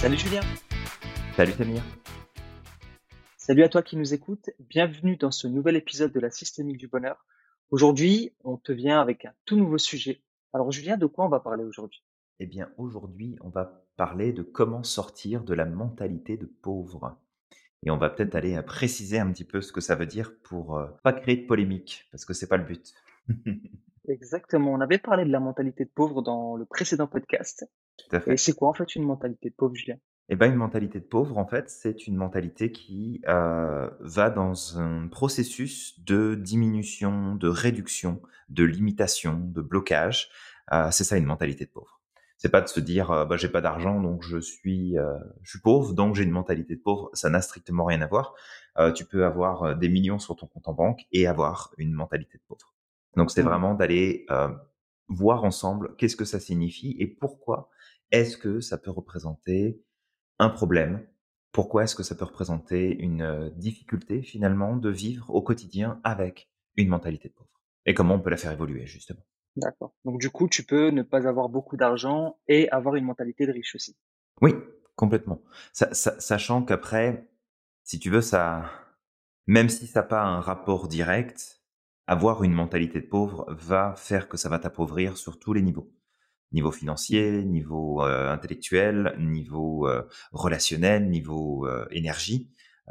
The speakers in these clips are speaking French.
Salut Julien, Salut Samir. salut à toi qui nous écoutes, bienvenue dans ce nouvel épisode de la Systémique du Bonheur. Aujourd'hui, on te vient avec un tout nouveau sujet. Alors Julien, de quoi on va parler aujourd'hui? Eh bien, aujourd'hui, on va parler de comment sortir de la mentalité de pauvre. Et on va peut-être aller préciser un petit peu ce que ça veut dire pour pas créer de polémique, parce que c'est pas le but. Exactement, on avait parlé de la mentalité de pauvre dans le précédent podcast. Tout à Et fait. c'est quoi en fait une mentalité de pauvre, Julien? Eh ben, une mentalité de pauvre, en fait, c'est une mentalité qui va dans un processus de diminution, de réduction, de limitation, de blocage. C'est ça une mentalité de pauvre. C'est pas de se dire bah, j'ai pas d'argent donc je suis pauvre donc j'ai une mentalité de pauvre. Ça n'a strictement rien à voir. Tu peux avoir des millions sur ton compte en banque et avoir une mentalité de pauvre. Donc c'est Hmm. vraiment d'aller voir ensemble qu'est-ce que ça signifie et pourquoi est-ce que ça peut représenter un problème. Pourquoi est-ce que ça peut représenter une difficulté finalement de vivre au quotidien avec une mentalité de pauvre? Et comment on peut la faire évoluer justement? D'accord. Donc du coup, tu peux ne pas avoir beaucoup d'argent et avoir une mentalité de riche aussi. Oui, complètement. Sachant qu'après, si tu veux, ça, même si ça n'a pas un rapport direct, avoir une mentalité de pauvre va faire que ça va t'appauvrir sur tous les niveaux. Niveau Mhm. financier, niveau intellectuel, niveau relationnel, niveau énergie.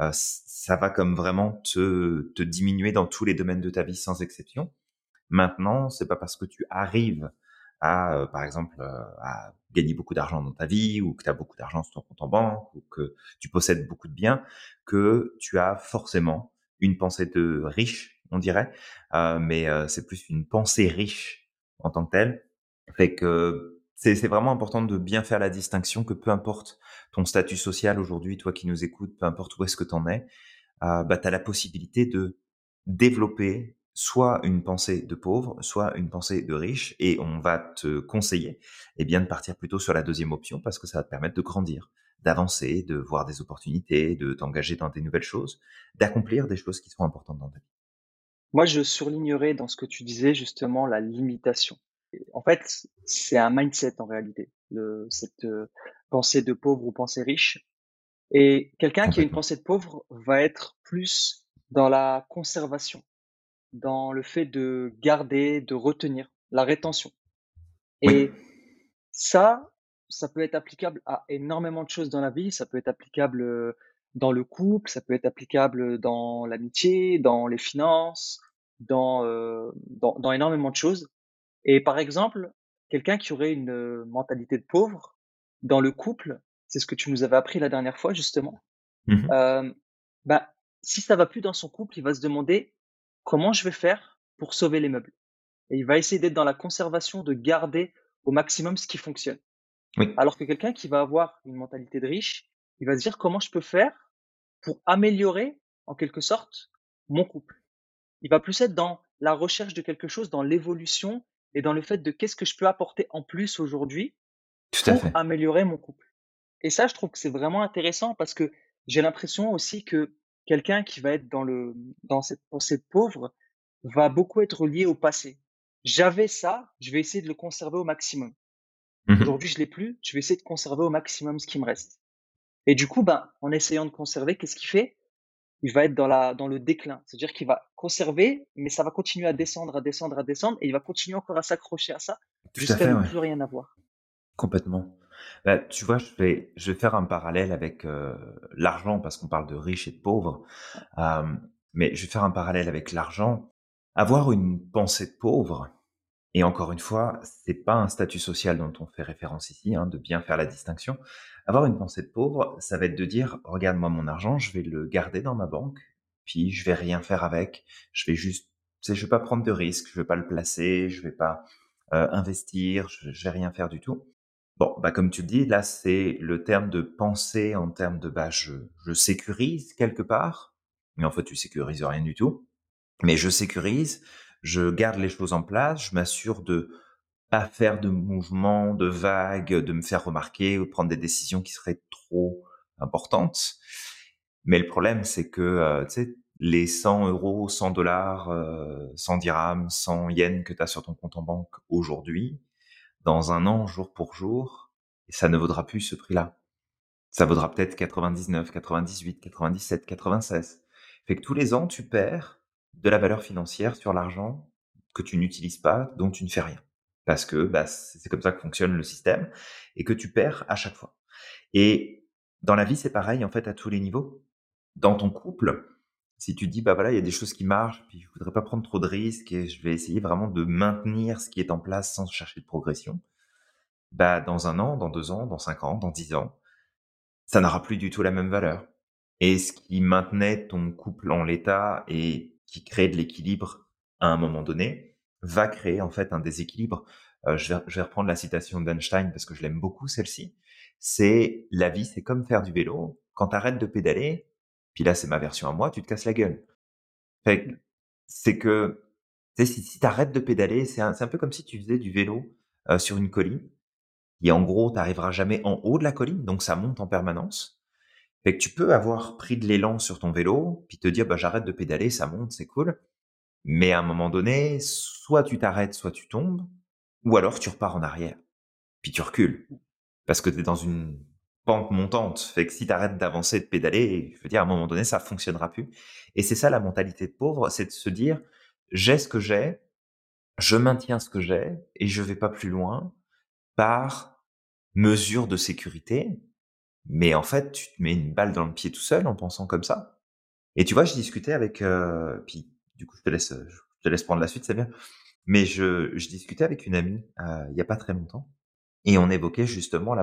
Ça va comme vraiment te diminuer dans tous les domaines de ta vie sans exception. Maintenant, c'est pas parce que tu arrives à, par exemple, à gagner beaucoup d'argent dans ta vie ou que tu as beaucoup d'argent sur ton compte en banque ou que tu possèdes beaucoup de biens que tu as forcément une pensée de riche, on dirait. Mais c'est plus une pensée riche en tant que telle. Fait que c'est vraiment important de bien faire la distinction que peu importe ton statut social aujourd'hui, toi qui nous écoutes, peu importe où est-ce que tu en es, bah, tu as la possibilité de développer soit une pensée de pauvre, soit une pensée de riche et on va te conseiller, eh bien, de partir plutôt sur la deuxième option parce que ça va te permettre de grandir, d'avancer, de voir des opportunités, de t'engager dans des nouvelles choses, d'accomplir des choses qui sont importantes dans ta vie. Moi, je surlignerais dans ce que tu disais justement la limitation. En fait, c'est un mindset en réalité, cette pensée de pauvre ou pensée riche. Et quelqu'un qui a une Complètement. pensée de pauvre va être plus dans la conservation, dans le fait de garder, de retenir, la rétention. Oui, Et ça, ça peut être applicable à énormément de choses dans la vie. Ça peut être applicable dans le couple, ça peut être applicable dans l'amitié, dans les finances, dans énormément de choses. Et par exemple, quelqu'un qui aurait une mentalité de pauvre dans le couple, c'est ce que tu nous avais appris la dernière fois justement. mmh. Hem, Bah, si ça va plus dans son couple, il va se demander: «Comment je vais faire pour sauver les meubles?» Et il va essayer d'être dans la conservation, de garder au maximum ce qui fonctionne. Oui, Alors que quelqu'un qui va avoir une mentalité de riche, il va se dire: «Comment je peux faire pour améliorer, en quelque sorte, mon couple?» Il va plus être dans la recherche de quelque chose, dans l'évolution et dans le fait de: «Qu'est-ce que je peux apporter en plus aujourd'hui tout à pour fait. améliorer mon couple?» Et ça, je trouve que c'est vraiment intéressant parce que j'ai l'impression aussi que quelqu'un qui va être dans cette pensée de pauvre va beaucoup être lié au passé. J'avais ça, je vais essayer de le conserver au maximum. Mmh. Aujourd'hui, je l'ai plus, je vais essayer de conserver au maximum ce qui me reste. Et du coup, ben, en essayant de conserver, qu'est-ce qu'il fait? Il va être dans le déclin. C'est-à-dire qu'il va conserver, mais ça va continuer à descendre, à descendre, à descendre, et il va continuer encore à s'accrocher à ça Tout à jusqu'à fait, ne ouais. plus rien avoir. Complètement. Bah, tu vois, je vais faire un parallèle avec, l'argent parce qu'on parle de riches et de pauvres. Mais je vais faire un parallèle avec l'argent. Avoir une pensée de pauvre et encore une fois, c'est pas un statut social dont on fait référence ici, hein, de bien faire la distinction. Avoir une pensée de pauvre, ça va être de dire: «Regarde, moi, mon argent, je vais le garder dans ma banque, puis je vais rien faire avec. Je vais juste, tu sais, je vais pas prendre de risques, je vais pas le placer, je vais pas, investir, je vais rien faire du tout». Bon, bah, comme tu le dis, là, c'est le terme de penser en termes de, bah, je sécurise quelque part, mais en fait, tu sécurises rien du tout. Mais je sécurise, je garde les choses en place, je m'assure de pas faire de mouvements, de vagues, de me faire remarquer ou prendre des décisions qui seraient trop importantes. Mais le problème, c'est que, tu sais, les 100 €, 100 $, 100 dirhams, 100 yens que tu as sur ton compte en banque aujourd'hui, dans un an, jour pour jour, ça ne vaudra plus ce prix-là. Ça vaudra peut-être 99, 98, 97, 96. Fait que tous les ans, tu perds de la valeur financière sur l'argent que tu n'utilises pas, dont tu ne fais rien. Parce que, bah, c'est comme ça que fonctionne le système et que tu perds à chaque fois. Et dans la vie, c'est pareil, en fait, à tous les niveaux. Dans ton couple, si tu dis: «Bah, voilà, il y a des choses qui marchent, puis je voudrais pas prendre trop de risques et je vais essayer vraiment de maintenir ce qui est en place sans chercher de progression», bah, dans 1 an, dans 2 ans, dans 5 ans, dans 10 ans, ça n'aura plus du tout la même valeur. Et ce qui maintenait ton couple en l'état et qui crée de l'équilibre à un moment donné, va créer en fait un déséquilibre. Je vais reprendre la citation d'Einstein parce que je l'aime beaucoup celle-ci. C'est: «La vie, c'est comme faire du vélo. Quand tu arrêtes de pédaler», puis là, c'est ma version à moi, «tu te casses la gueule». Fait que Mmh. c'est que, tu sais, si tu arrêtes de pédaler, c'est un peu comme si tu faisais du vélo, sur une colline et en gros, tu arriveras jamais en haut de la colline, donc ça monte en permanence. Fait que tu peux avoir pris de l'élan sur ton vélo, puis te dire: «Bah, j'arrête de pédaler, ça monte, c'est cool». Mais à un moment donné, soit tu t'arrêtes, soit tu tombes, ou alors tu repars en arrière, puis tu recules. Parce que tu es dans une pente montante. Fait que si tu arrêtes d'avancer, de pédaler, je veux dire, à un moment donné, ça fonctionnera plus. Et c'est ça la mentalité de pauvre, c'est de se dire: «J'ai ce que j'ai, je maintiens ce que j'ai et je vais pas plus loin par mesure de sécurité». Mais en fait, tu te mets une balle dans le pied tout seul en pensant comme ça. Et tu vois, je discutais avec, puis du coup, je te laisse prendre la suite, c'est bien. Mais je discutais avec une amie, il y a pas très longtemps et on évoquait justement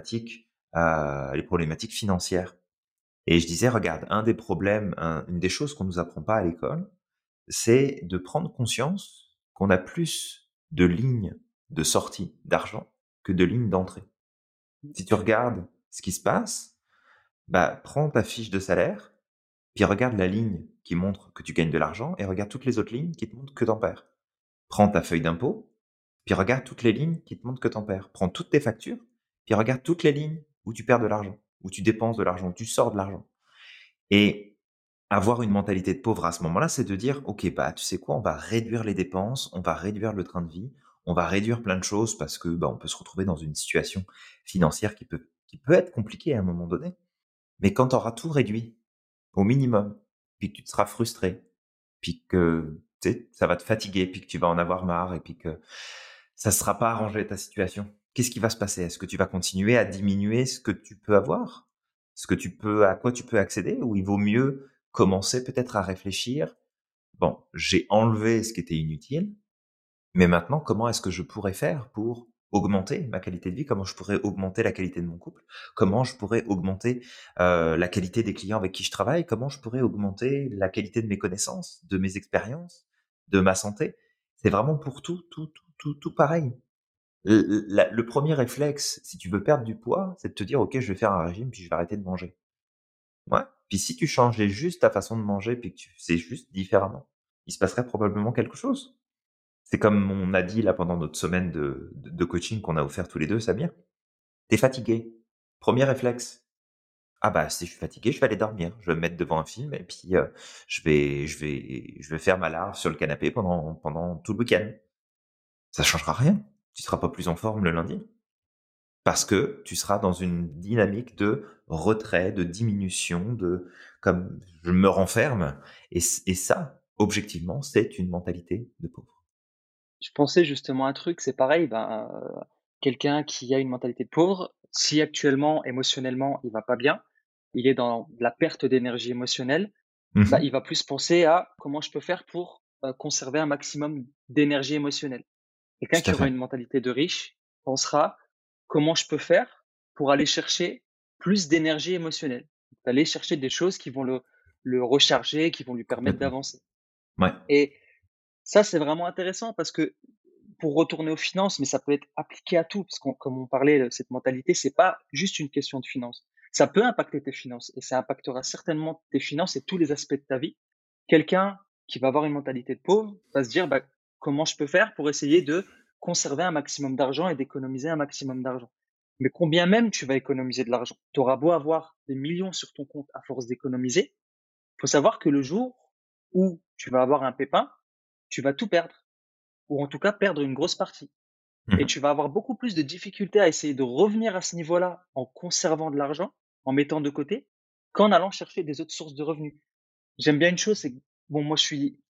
les problématiques financières et je disais: «Regarde, un des problèmes, une des choses qu'on nous apprend pas à l'école, c'est de prendre conscience qu'on a plus de lignes de sortie d'argent que de lignes d'entrée». Si tu regardes ce qui se passe, bah, prends ta fiche de salaire, puis regarde la ligne qui montre que tu gagnes de l'argent et regarde toutes les autres lignes qui te montrent que tu en perds. Prends ta feuille d'impôt, puis regarde toutes les lignes qui te montrent que tu en perds. Prends toutes tes factures, puis regarde toutes les lignes où tu perds de l'argent, où tu dépenses de l'argent, où tu sors de l'argent. Et avoir une mentalité de pauvre à ce moment-là, c'est de dire: «OK, bah, tu sais quoi? On va réduire les dépenses, on va réduire le train de vie, on va réduire plein de choses parce que, bah, on peut se retrouver dans une situation financière qui peut être compliquée à un moment donné». Mais quand tu auras tout réduit au minimum, puis que tu te seras frustré, puis que, tu sais, ça va te fatiguer, puis que tu vas en avoir marre et puis que ça ne sera pas arrangé ta situation. Qu'est-ce qui va se passer? Est-ce que tu vas continuer à diminuer ce que tu peux avoir? Ce que tu peux à quoi tu peux accéder? Ou il vaut mieux commencer peut-être à réfléchir: «Bon, j'ai enlevé ce qui était inutile, mais maintenant, comment est-ce que je pourrais faire pour augmenter ma qualité de vie? Comment je pourrais augmenter la qualité de mon couple? Comment je pourrais augmenter, la qualité des clients avec qui je travaille? Comment je pourrais augmenter la qualité de mes connaissances, de mes expériences, de ma santé?» C'est vraiment pour tout, tout, tout, tout, tout pareil. Le 1er réflexe, si tu veux perdre du poids, c'est de te dire: «OK, je vais faire un régime, puis je vais arrêter de manger». Ouais, puis si tu changeais juste ta façon de manger, puis que tu faisais juste différemment, il se passerait probablement quelque chose. C'est comme on a dit là pendant notre semaine de coaching qu'on a offert tous les 2, Samir. Tu es fatigué. 1er réflexe: «Ah bah, si je suis fatigué, je vais aller dormir. Je vais me mettre devant un film et puis, je vais faire ma larve sur le canapé pendant tout le week-end». Ça changera rien. Tu seras pas plus en forme le lundi. Parce que tu seras dans une dynamique de retrait, de diminution, de comme je me renferme et ça, objectivement, c'est une mentalité de pauvre. Je pensais justement à un truc, c'est pareil, ben, quelqu'un qui a une mentalité de pauvre, si actuellement, émotionnellement, il va pas bien, il est dans de la perte d'énergie émotionnelle, Mmh bah, mh. il va plus penser à comment je peux faire pour, conserver un maximum d'énergie émotionnelle. Quelqu'un Tout qui à aura fait. une mentalité de riche pensera: «Comment je peux faire pour aller chercher plus d'énergie émotionnelle?» Aller chercher des choses qui vont le recharger, qui vont lui permettre Complètement. d'avancer. Ouais. Et ça, c'est vraiment intéressant parce que pour retourner aux finances, mais ça peut être appliqué à tout, parce qu'on comme on parlait, cette mentalité, c'est pas juste une question de finances. Ça peut impacter tes finances et ça impactera certainement tes finances et tous les aspects de ta vie. Quelqu'un qui va avoir une mentalité de pauvre va se dire: «Bah, comment je peux faire pour essayer de conserver un maximum d'argent et d'économiser un maximum d'argent?» Mais combien même tu vas économiser de l'argent? Tu auras beau avoir des millions sur ton compte à force d'économiser, faut savoir que le jour où tu vas avoir un pépin, tu vas tout perdre ou en tout cas perdre une grosse partie. Mmh Et mh. tu vas avoir beaucoup plus de difficultés à essayer de revenir à ce niveau-là en conservant de l'argent en mettant de côté qu'en allant chercher des autres sources de revenus. J'aime bien une chose, c'est que bon, moi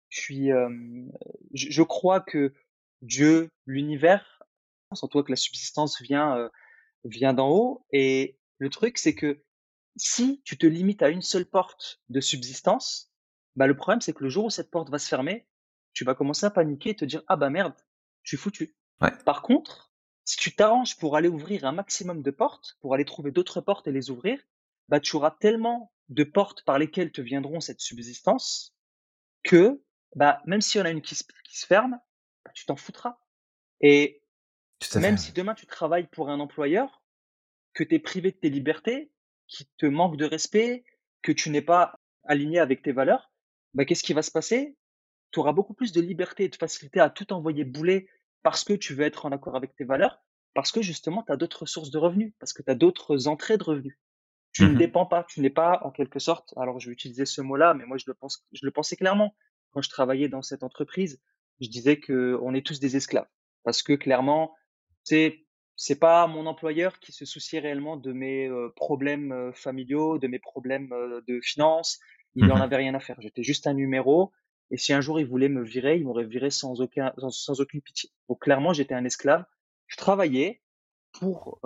je crois que Dieu, l'univers, surtout que la subsistance vient d'en haut et le truc, c'est que si tu te limites à une seule porte de subsistance, bah, le problème, c'est que le jour où cette porte va se fermer, tu vas commencer à paniquer et te dire: «Ah bah merde, je suis foutu». Ouais. Par contre, si tu t'arranges pour aller ouvrir un maximum de portes, pour aller trouver d'autres portes et les ouvrir, bah, tu auras tellement de portes par lesquelles te viendront cette subsistance que, bah, même s'il y en a une qui se ferme, bah, tu t'en foutras et Tout à fait. même si demain tu travailles pour un employeur, que tu es privé de tes libertés, qui te manque de respect, que tu n'es pas aligné avec tes valeurs, bah, qu'est-ce qui va se passer? Tu auras beaucoup plus de liberté et de facilité à tout envoyer bouler parce que tu veux être en accord avec tes valeurs, parce que justement tu as d'autres sources de revenus, parce que tu as d'autres entrées de revenus. Tu ne Mmh. dépends pas, tu n'es pas en quelque sorte, alors je vais utiliser ce mot-là, mais moi je le pensais clairement. Quand je travaillais dans cette entreprise, je disais qu'on est tous des esclaves. Parce que clairement, c'est c'est pas mon employeur qui se souciait réellement de mes problèmes familiaux, de mes problèmes de finances. Il en Mmh. avait rien à faire. J'étais juste un numéro. Et si un jour il voulait me virer, il m'aurait viré sans aucune pitié. Donc clairement, j'étais un esclave. Je travaillais, pour,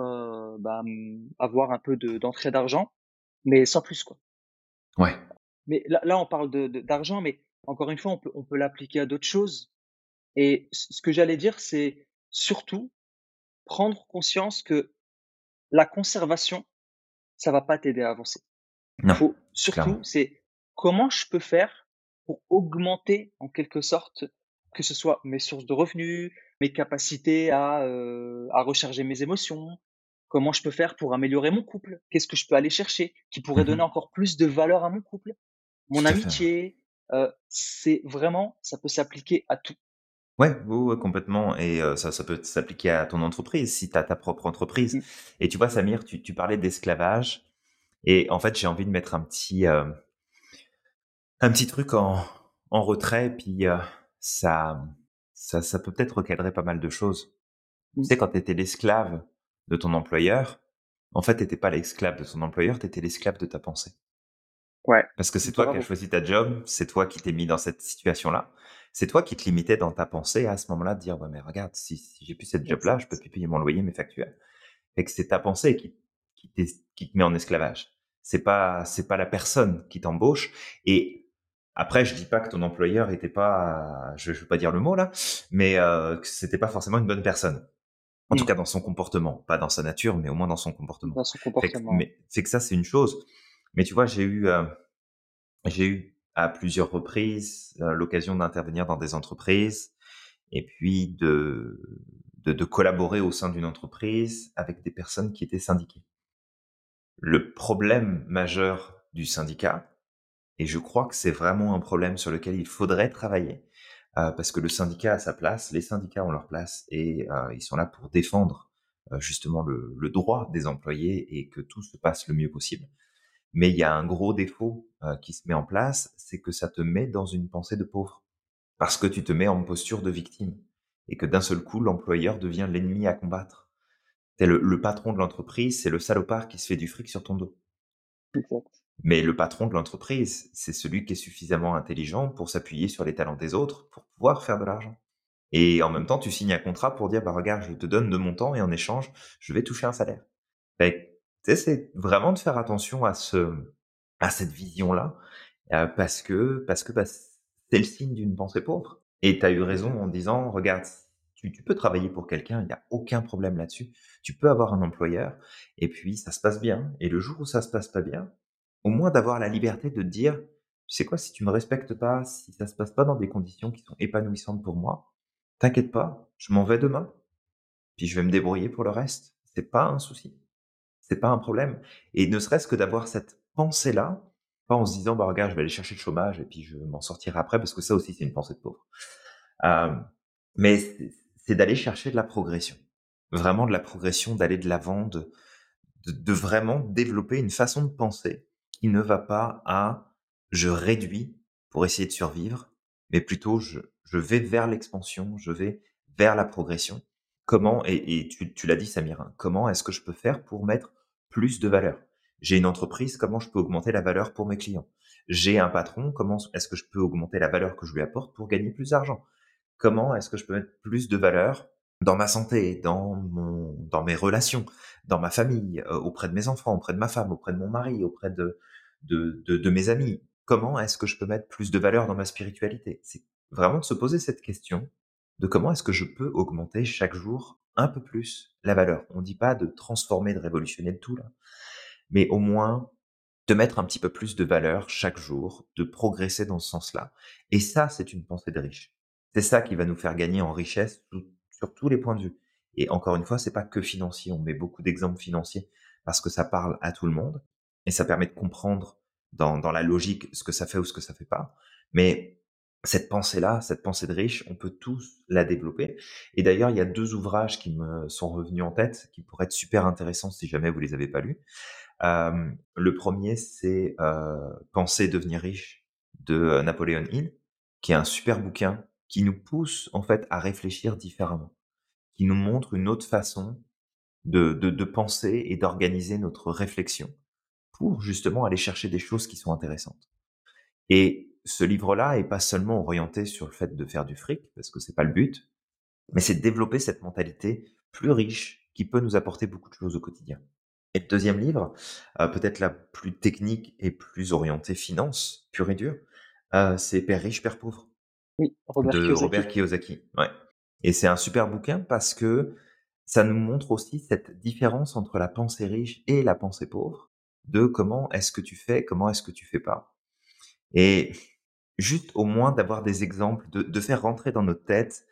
avoir un peu d'entrée d'argent, mais sans plus, quoi. Ouais. Mais là, on parle d'argent, mais encore une fois, on peut l'appliquer à d'autres choses et ce que j'allais dire, c'est surtout prendre conscience que la conservation, ça va pas t'aider à avancer. Non, Faut clairement. surtout, c'est comment je peux faire pour augmenter en quelque sorte, que ce soit mes sources de revenus, mes capacités à recharger mes émotions. Comment je peux faire pour améliorer mon couple? Qu'est-ce que je peux aller chercher qui pourrait donner Mmh. encore plus de valeur à mon couple? Mon Tout à fait, ouais. amitié, c'est vraiment ça peut s'appliquer à tout. Ouais, ouais, ouais, complètement et ça peut s'appliquer à ton entreprise, si tu as ta propre entreprise Mmh, et tu vois, Samir, tu parlais d'esclavage et en fait, j'ai envie de mettre un petit truc en retrait puis, ça ça peut peut-être recadrer pas mal de choses. Tu mmh. sais, quand tu étais l'esclave de ton employeur, en fait, tu étais pas l'esclave de ton employeur, tu étais l'esclave de ta pensée. Ouais, Parce que c'est toi qui as bravo. choisi ta job, c'est toi qui t'es mis dans cette situation-là. C'est toi qui te limitais dans ta pensée à ce moment-là de dire: «Ouais, mais regarde, si j'ai plus cette job-là, je peux Exact. plus payer mon loyer, mes factures». Et que c'est ta pensée qui te met en esclavage. C'est pas la personne qui t'embauche et après je dis pas que ton employeur était pas, je veux pas dire le mot là, mais que c'était pas forcément une bonne personne. En tout Mmh. cas dans son comportement, pas dans sa nature, mais au moins dans son comportement. Dans son comportement. Fait que ça c'est une chose. Mais tu vois, j'ai eu à plusieurs reprises, l'occasion d'intervenir dans des entreprises et puis de collaborer au sein d'une entreprise avec des personnes qui étaient syndiquées. Le problème majeur du syndicat, et je crois que c'est vraiment un problème sur lequel il faudrait travailler, parce que le syndicat a sa place, les syndicats ont leur place et ils sont là pour défendre, justement le droit des employés et que tout se passe le mieux possible. Mais il y a un gros défaut, qui se met en place, c'est que ça te met dans une pensée de pauvre. Parce que tu te mets en posture de victime et que d'un seul coup, l'employeur devient l'ennemi à combattre. C'est le patron de l'entreprise, c'est le salopard qui se fait du fric sur ton dos. Exact. Mais le patron de l'entreprise, c'est celui qui est suffisamment intelligent pour s'appuyer sur les talents des autres pour pouvoir faire de l'argent. Et en même temps, tu signes un contrat pour dire: «Bah, regarde, je te donne de mon temps et en échange, je vais toucher un salaire». Fait que, tu sais, c'est vraiment de faire attention à cette vision-là, parce que, bah, c'est le signe d'une pensée pauvre. Et tu as eu raison en disant: «Regarde, tu peux travailler pour quelqu'un, il y a aucun problème là-dessus. Tu peux avoir un employeur et puis ça se passe bien et le jour où ça se passe pas bien, au moins d'avoir la liberté de te dire: "Tu sais quoi? Si tu me respectes pas, si ça se passe pas dans des conditions qui sont épanouissantes pour moi, t'inquiète pas, je m'en vais demain, puis je vais me débrouiller pour le reste. C'est pas un souci". C'est pas un problème et ne serait-ce que d'avoir cette pensée-là, pas en se disant: «Bah, regarde, je vais aller chercher le chômage et puis je m'en sortirai après», parce que ça aussi, c'est une pensée de pauvre. Hem, mais c'est d'aller chercher de la progression. Vraiment de la progression, d'aller de l'avant, de vraiment développer une façon de penser qui ne va pas à: «Je réduis pour essayer de survivre», mais plutôt: «Je vais vers l'expansion, je vais vers la progression». Comment et tu l'as dit Samir, hein, comment est-ce que je peux faire pour mettre plus de valeur? J'ai une entreprise, comment je peux augmenter la valeur pour mes clients? J'ai un patron, comment est-ce que je peux augmenter la valeur que je lui apporte pour gagner plus d'argent? Comment est-ce que je peux mettre plus de valeur dans ma santé, dans mes relations, dans ma famille, auprès de mes enfants, auprès de ma femme, auprès de mon mari, auprès de mes amis? Comment est-ce que je peux mettre plus de valeur dans ma spiritualité? C'est vraiment de se poser cette question de comment est-ce que je peux augmenter chaque jour un peu plus la valeur? On dit pas de transformer, de révolutionner le tout là, mais au moins de mettre un petit peu plus de valeur chaque jour, de progresser dans ce sens-là. Et ça, c'est une pensée de riche. C'est ça qui va nous faire gagner en richesse sur tous les points de vue. Et encore une fois, c'est pas que financier. On met beaucoup d'exemples financiers parce que ça parle à tout le monde et ça permet de comprendre dans la logique ce que ça fait ou ce que ça fait pas. Mais cette pensée-là, cette pensée de riche, on peut tous la développer. Et d'ailleurs, il y a 2 ouvrages qui me sont revenus en tête, qui pourraient être super intéressants si jamais vous les avez pas lus. Le premier, c'est, Penser et devenir riche de, Napoleon Hill, qui est un super bouquin qui nous pousse, en fait, à réfléchir différemment, qui nous montre une autre façon de penser et d'organiser notre réflexion pour justement aller chercher des choses qui sont intéressantes. Et ce livre-là est pas seulement orienté sur le fait de faire du fric, parce que c'est pas le but, mais c'est de développer cette mentalité plus riche qui peut nous apporter beaucoup de choses au quotidien. Et le deuxième livre, peut-être la plus technique et plus orientée finance, pure et dure, c'est Père riche, père pauvre Oui, Robert de Robert Kiyosaki. Kiyosaki. Ouais. Et c'est un super bouquin parce que ça nous montre aussi cette différence entre la pensée riche et la pensée pauvre, de comment est-ce que tu fais, comment est-ce que tu fais pas. Et juste au moins d'avoir des exemples, de faire rentrer dans notre tête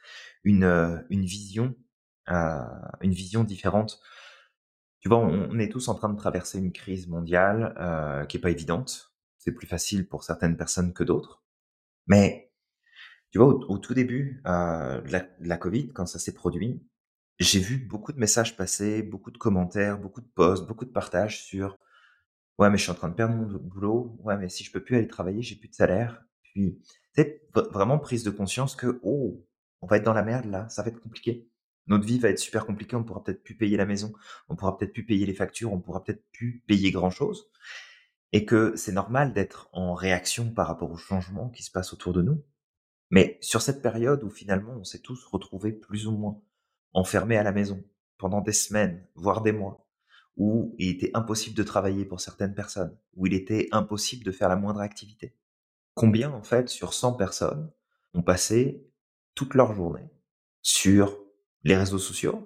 une vision, heu, une vision différente. Tu vois, on est tous en train de traverser une crise mondiale, qui est pas évidente. C'est plus facile pour certaines personnes que d'autres. Mais tu vois, au tout début, de la covid, quand ça s'est produit, j'ai vu beaucoup de messages passer, beaucoup de commentaires, beaucoup de posts, beaucoup de partages sur: «Ouais, mais je suis en train de perdre mon boulot. Ouais, mais si je peux plus aller travailler, j'ai plus de salaire». Puis, tu sais, vraiment prise de conscience que: «Oh, on va être dans la merde là, ça va être compliqué. Notre vie va être super compliquée, on pourra peut-être plus payer la maison, on pourra peut-être plus payer les factures, on pourra peut-être plus payer grand-chose» et que c'est normal d'être en réaction par rapport aux changements qui se passent autour de nous. Mais sur cette période où finalement on s'est tous retrouvés plus ou moins enfermés à la maison pendant des semaines, voire des mois, où il était impossible de travailler pour certaines personnes, où il était impossible de faire la moindre activité. Combien en fait sur 100 personnes ont passé toute leur journée sur les réseaux sociaux,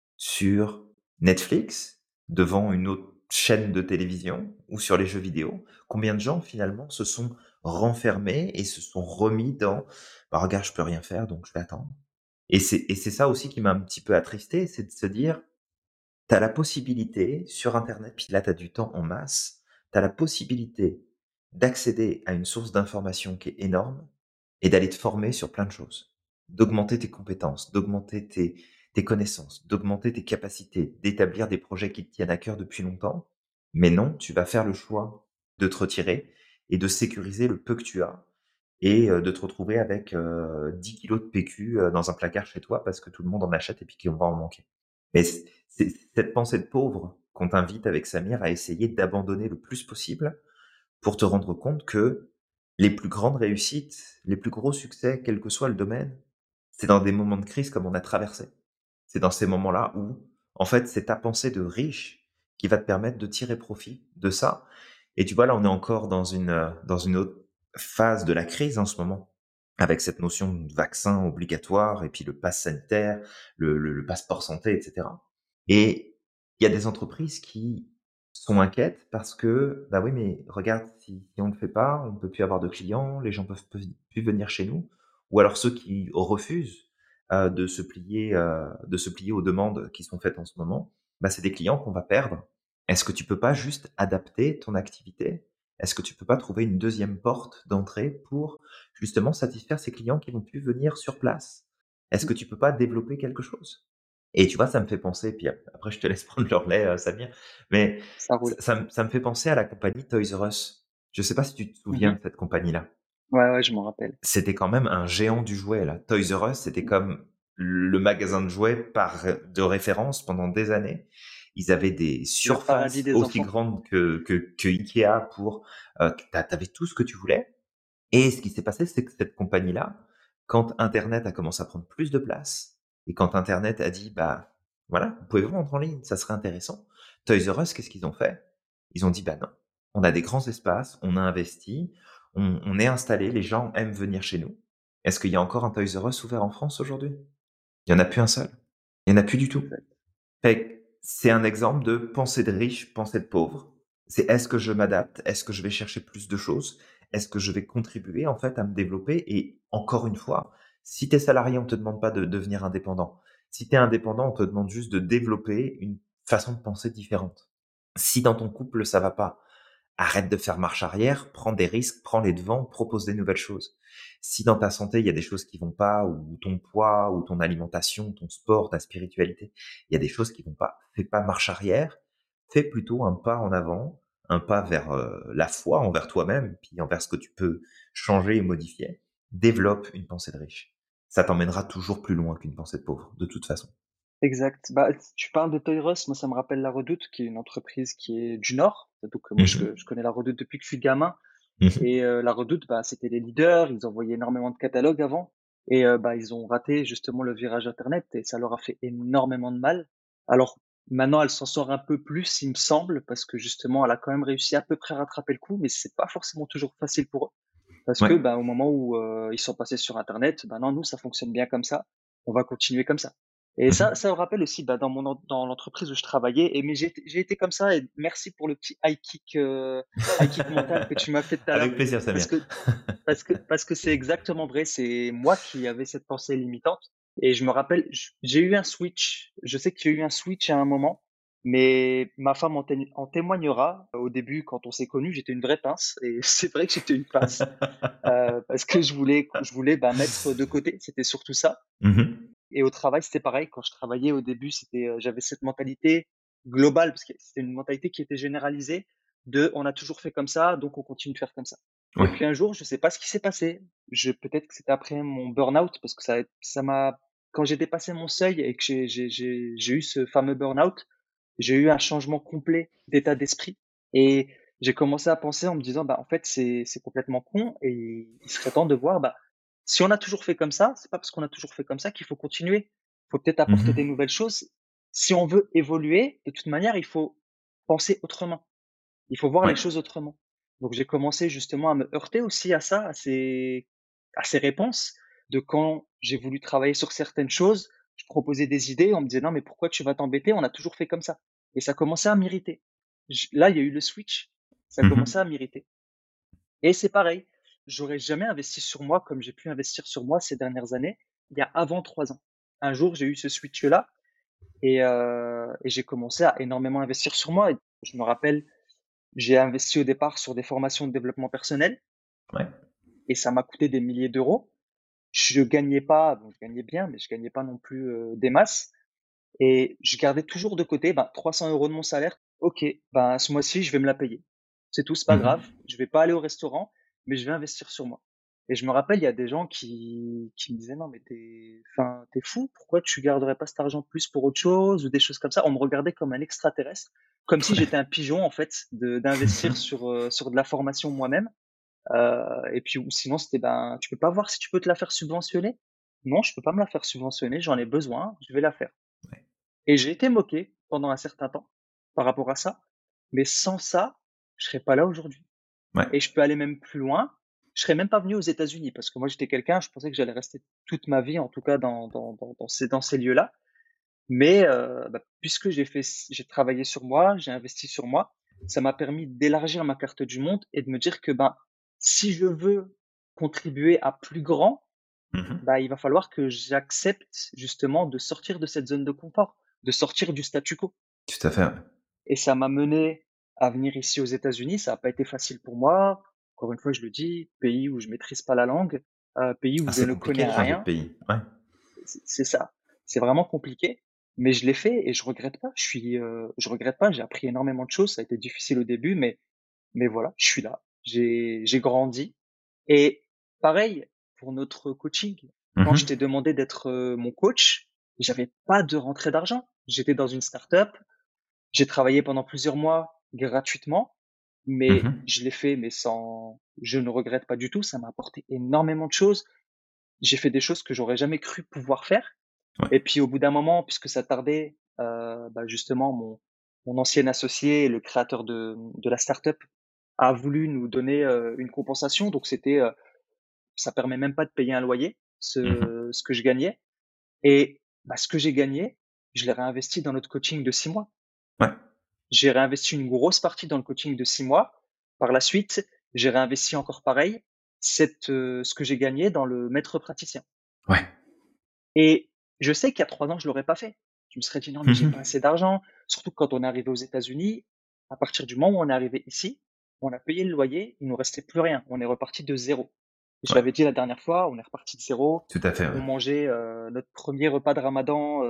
sur Netflix, devant une autre chaîne de télévision ou sur les jeux vidéo? Combien de gens finalement se sont renfermés et se sont remis dans: «Bah, regarde, je peux rien faire donc je vais attendre». Et c'est ça aussi qui m'a un petit peu attristé, c'est de se dire: tu as la possibilité sur internet, puis là tu as du temps en masse, tu as la possibilité d'accéder à une source d'information qui est énorme et d'aller te former sur plein de choses. D'augmenter tes compétences, d'augmenter tes connaissances, d'augmenter tes capacités, d'établir des projets qui te tiennent à cœur depuis longtemps. Mais non, tu vas faire le choix de te retirer et de sécuriser le peu que tu as et de te retrouver avec, 10 kilogrammes de PQ, dans un placard chez toi parce que tout le monde en achète et puis qu'on va en manquer. Mais c'est cette pensée de pauvre qu'on t'invite avec Samir à essayer d'abandonner le plus possible pour te rendre compte que les plus grandes réussites, les plus gros succès, quel que soit le domaine, c'est dans des moments de crise comme on a traversé. C'est dans ces moments-là où, en fait, c'est ta pensée de riche qui va te permettre de tirer profit de ça. Et tu vois, là, on est encore dans une autre phase de la crise en ce moment, avec cette notion de vaccin obligatoire et puis le pass sanitaire, le passeport santé, etc. Et il y a des entreprises qui sont inquiètes parce que, bah oui, mais regarde, si on ne le fait pas, on ne peut plus avoir de clients, les gens peuvent plus venir chez nous. Ou alors ceux qui refusent de se plier aux demandes qui sont faites en ce moment, bah, c'est des clients qu'on va perdre. Est-ce que tu peux pas juste adapter ton activité? Est-ce que tu peux pas trouver une deuxième porte d'entrée pour justement satisfaire ces clients qui vont plus venir sur place? Est-ce Mmh, que tu peux pas développer quelque chose? Et tu vois, ça me fait penser, puis après je te laisse prendre le relais, Samir, mais ça ça roule. ça me fait penser à la compagnie Toys R Us. Je sais pas si tu te souviens Mmh. de cette compagnie-là? Ouais, ouais, je m'en rappelle. C'était quand même un géant du jouet, là. Toys R Us, c'était comme le magasin de jouets de référence pendant des années. ils avaient des Le paradis surfaces des aussi enfants. grandes que IKEA pour, tu tout ce que tu voulais. Et ce qui s'est passé, c'est que cette compagnie-là, quand internet a commencé à prendre plus de place et quand internet a dit: «Bah, voilà, vous pouvez vendre en ligne, ça serait intéressant». Toys R Us, qu'est-ce qu'ils ont fait? Ils ont dit: «Bah, non, on a des grands espaces, on a investi, on est installés, les gens aiment venir chez nous». Est-ce qu'il y a encore un Toys R Us ouvert en France aujourd'hui? Il y en a plus un seul. Il y en a plus du tout. Exact. Fait que c'est un exemple de pensée de riche, pensée de pauvre. C'est est-ce que je m'adapte? Est-ce que je vais chercher plus de choses? Est-ce que je vais contribuer en fait à me développer? Et encore une fois, si tu es salarié, on te demande pas de devenir indépendant. Si tu es indépendant, on te demande juste de développer une façon de penser différente. Si dans ton couple ça va pas, arrête de faire marche arrière, prends des risques, prends les devants, propose des nouvelles choses. Si dans ta santé, il y a des choses qui vont pas, ou ton poids, ou ton alimentation, ton sport, ta spiritualité, il y a des choses qui vont pas, fais pas marche arrière, fais plutôt un pas en avant, un pas vers la foi envers toi-même, puis envers ce que tu peux changer et modifier. Développe une pensée de riche. Ça t'emmènera toujours plus loin qu'une pensée de pauvre, de toute façon. Exact. Bah, tu parles de Toys R Us, moi ça me rappelle La Redoute, qui est une entreprise qui est du Nord. Donc moi je Mhm. connais La Redoute depuis que je suis gamin. Mhm. Et La Redoute, bah, c'était les leaders, ils envoyaient énormément de catalogues avant. Et bah, ils ont raté justement le virage Internet et ça leur a fait énormément de mal. Alors maintenant, elle s'en sort un peu plus, il me semble, parce que justement, elle a quand même réussi à peu près à rattraper le coup, mais c'est pas forcément toujours facile pour eux. Parce que Ouais. bah, au moment où ils sont passés sur Internet, bah non, nous, ça fonctionne bien comme ça, on va continuer comme ça. Et Mhm. ça me rappelle aussi bah, dans l'entreprise où je travaillais. Et mais j'ai été comme ça. Et merci pour le petit high kick mental que tu m'as fait tout à l'heure, Avec plaisir, parce Samir. que parce que c'est exactement vrai. C'est moi qui avais cette pensée limitante. Et je me rappelle, j'ai eu un switch. Je sais qu'il y a eu un switch à un moment, mais ma femme en témoignera. Au début, quand on s'est connus, j'étais une vraie pince. Et c'est vrai que j'étais une pince parce que je voulais bah, mettre de côté. C'était surtout ça. Mhm. Et au travail, c'était pareil. Quand je travaillais au début, j'avais cette mentalité globale, parce que c'était une mentalité qui était généralisée de on a toujours fait comme ça, donc on continue de faire comme ça. Et Ouais. puis un jour, je sais pas ce qui s'est passé. Peut-être que c'était après mon burn-out, parce que ça m'a, quand j'ai dépassé mon seuil et que j'ai eu ce fameux burn-out, j'ai eu un changement complet d'état d'esprit. Et j'ai commencé à penser en me disant, bah, en fait, c'est complètement con et il serait temps de voir, bah, si on a toujours fait comme ça, c'est pas parce qu'on a toujours fait comme ça qu'il faut continuer. Il faut peut-être apporter des Mhm. nouvelles choses. Si on veut évoluer, de toute manière, il faut penser autrement. Il faut voir les Ouais. choses autrement. Donc j'ai commencé justement à me heurter aussi à ça, à ces réponses de quand j'ai voulu travailler sur certaines choses, je proposais des idées, on me disait non mais pourquoi tu vas t'embêter, on a toujours fait comme ça. Et ça commençait à m'irriter. Là, il y a eu le switch, ça commençait Mhm. à m'irriter. Et c'est pareil, j'aurais jamais investi sur moi comme j'ai pu investir sur moi ces dernières années, il y a avant 3 ans. Un jour, j'ai eu ce switch-là et j'ai commencé à énormément investir sur moi. Et je me rappelle, j'ai investi au départ sur des formations de développement personnel Ouais. et ça m'a coûté des milliers d'euros. Je gagnais pas, bon, je gagnais bien, mais je gagnais pas non plus des masses. Et je gardais toujours de côté 300 euros de mon salaire. Ok, ce mois-ci, je vais me la payer. C'est tout, c'est pas grave. Mhm. Je vais pas aller au restaurant, mais je vais investir sur moi. Et je me rappelle, il y a des gens qui me disaient non, mais enfin, t'es fou. Pourquoi tu garderais pas cet argent plus pour autre chose ou des choses comme ça. On me regardait comme un extraterrestre, comme si j'étais un pigeon en fait, d'investir sur de la formation moi-même. Et puis ou sinon c'était tu peux pas voir si tu peux te la faire subventionner? Non, je peux pas me la faire subventionner, j'en ai besoin, je vais la faire. Ouais. Et j'ai été moqué pendant un certain temps par rapport à ça, mais sans ça, je serais pas là aujourd'hui. Ouais. Et je peux aller même plus loin, je serais même pas venu aux États-Unis parce que moi j'étais quelqu'un, je pensais que j'allais rester toute ma vie en tout cas dans ces lieux-là. Mais puisque j'ai travaillé sur moi, j'ai investi sur moi, ça m'a permis d'élargir ma carte du monde et de me dire que si je veux contribuer à plus grand, Mhm. il va falloir que j'accepte justement de sortir de cette zone de confort, de sortir du statu quo. Tout à fait, ouais. Et ça m'a mené à venir ici aux États-Unis. Ça n'a pas été facile pour moi. Encore une fois, je le dis, pays où je maîtrise pas la langue, pays où Ah, je c'est ne compliqué connais de changer de rien. pays. Ouais. C'est ça. C'est vraiment compliqué, mais je l'ai fait et je regrette pas. Je regrette pas. J'ai appris énormément de choses. Ça a été difficile au début, mais voilà, je suis là. J'ai grandi. Et pareil pour notre coaching. Quand je t'ai Mhm. demandé d'être mon coach, j'avais pas de rentrée d'argent. J'étais dans une startup. J'ai travaillé pendant plusieurs mois gratuitement, mais Mmh. je l'ai fait, mais sans je ne regrette pas du tout, ça m'a apporté énormément de choses. J'ai fait des choses que j'aurais jamais cru pouvoir faire Ouais. et puis au bout d'un moment, puisque ça tardait, justement mon ancien associé, le créateur de la startup, a voulu nous donner, une compensation, donc ça permet même pas de payer un loyer, Mmh. ce que je gagnais et ce que j'ai gagné, je l'ai réinvesti dans notre coaching de 6 mois. Ouais. J'ai réinvesti une grosse partie dans le coaching de 6 mois. Par la suite, j'ai réinvesti encore pareil, ce que j'ai gagné dans le maître praticien Ouais. et je sais qu'il y a 3 ans, je l'aurais pas fait. Je me serais dit: «Non, mais j'ai Mmh. pas assez d'argent». Surtout quand on est arrivé aux États-Unis, à partir du moment où on est arrivé ici, on a payé le loyer, il nous restait plus rien. On est reparti de zéro. Je Ouais. l'avais dit la dernière fois, on est reparti de zéro. Tout à fait, On ouais. mangeait, notre premier repas de ramadan,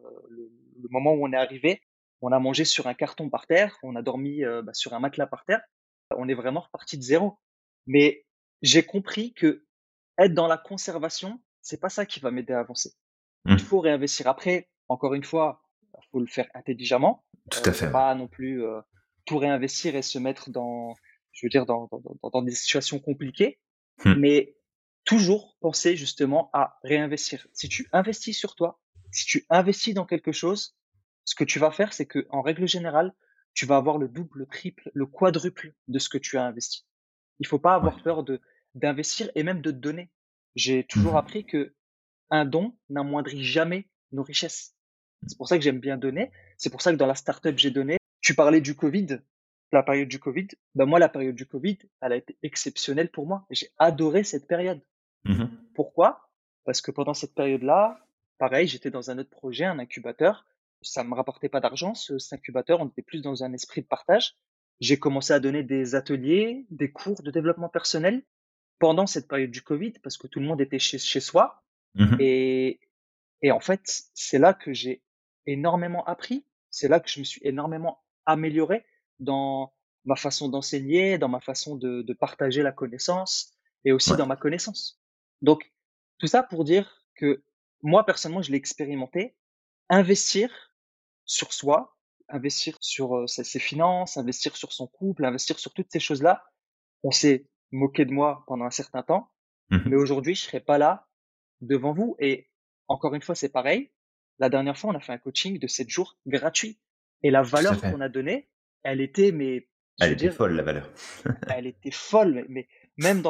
le moment où on est arrivé, on a mangé sur un carton par terre, on a dormi, sur un matelas par terre. On est vraiment reparti de zéro. Mais j'ai compris que être dans la conservation, c'est pas ça qui va m'aider à avancer. Il Mmh. faut réinvestir. Après, encore une fois, faut le faire intelligemment. Tout à Faut fait, ouais. pas non plus, tout réinvestir et se mettre je veux dire dans des situations compliquées, Mmh. mais toujours penser justement à réinvestir. Si tu investis sur toi, si tu investis dans quelque chose, ce que tu vas faire, c'est que en règle générale, tu vas avoir le double, le triple, le quadruple de ce que tu as investi. Il faut pas Ouais. avoir peur d'investir et même de te donner. J'ai toujours Mmh. appris que un don n'amoindrit jamais nos richesses. C'est pour ça que j'aime bien donner. C'est pour ça que dans la startup, j'ai donné. Tu parlais du Covid, la période du Covid. Moi, la période du Covid, elle a été exceptionnelle pour moi. J'ai adoré cette période. Mmh. Pourquoi? Parce que pendant cette période-là, pareil, j'étais dans un autre projet, un incubateur. Ça me rapportait pas d'argent, cet incubateur. On était plus dans un esprit de partage. J'ai commencé à donner des ateliers, des cours de développement personnel pendant cette période du Covid parce que tout le monde était chez soi. Mmh. Et et en fait, c'est là que j'ai énormément appris. C'est là que je me suis énormément amélioré dans ma façon d'enseigner, dans ma façon de partager la connaissance et aussi Ouais. dans ma connaissance. Donc, tout ça pour dire que moi, personnellement, je l'ai expérimenté. Investir sur soi, investir sur ses finances, investir sur son couple, investir sur toutes ces choses-là. On s'est moqué de moi pendant un certain temps, mais Mmh. aujourd'hui, je serais pas là devant vous et encore une fois, c'est pareil. La dernière fois, on a fait un coaching de 7 jours gratuit et la Tout à valeur fait. qu'on a donnée, elle était mais je Elle veux était dire, folle la valeur. elle était folle, mais même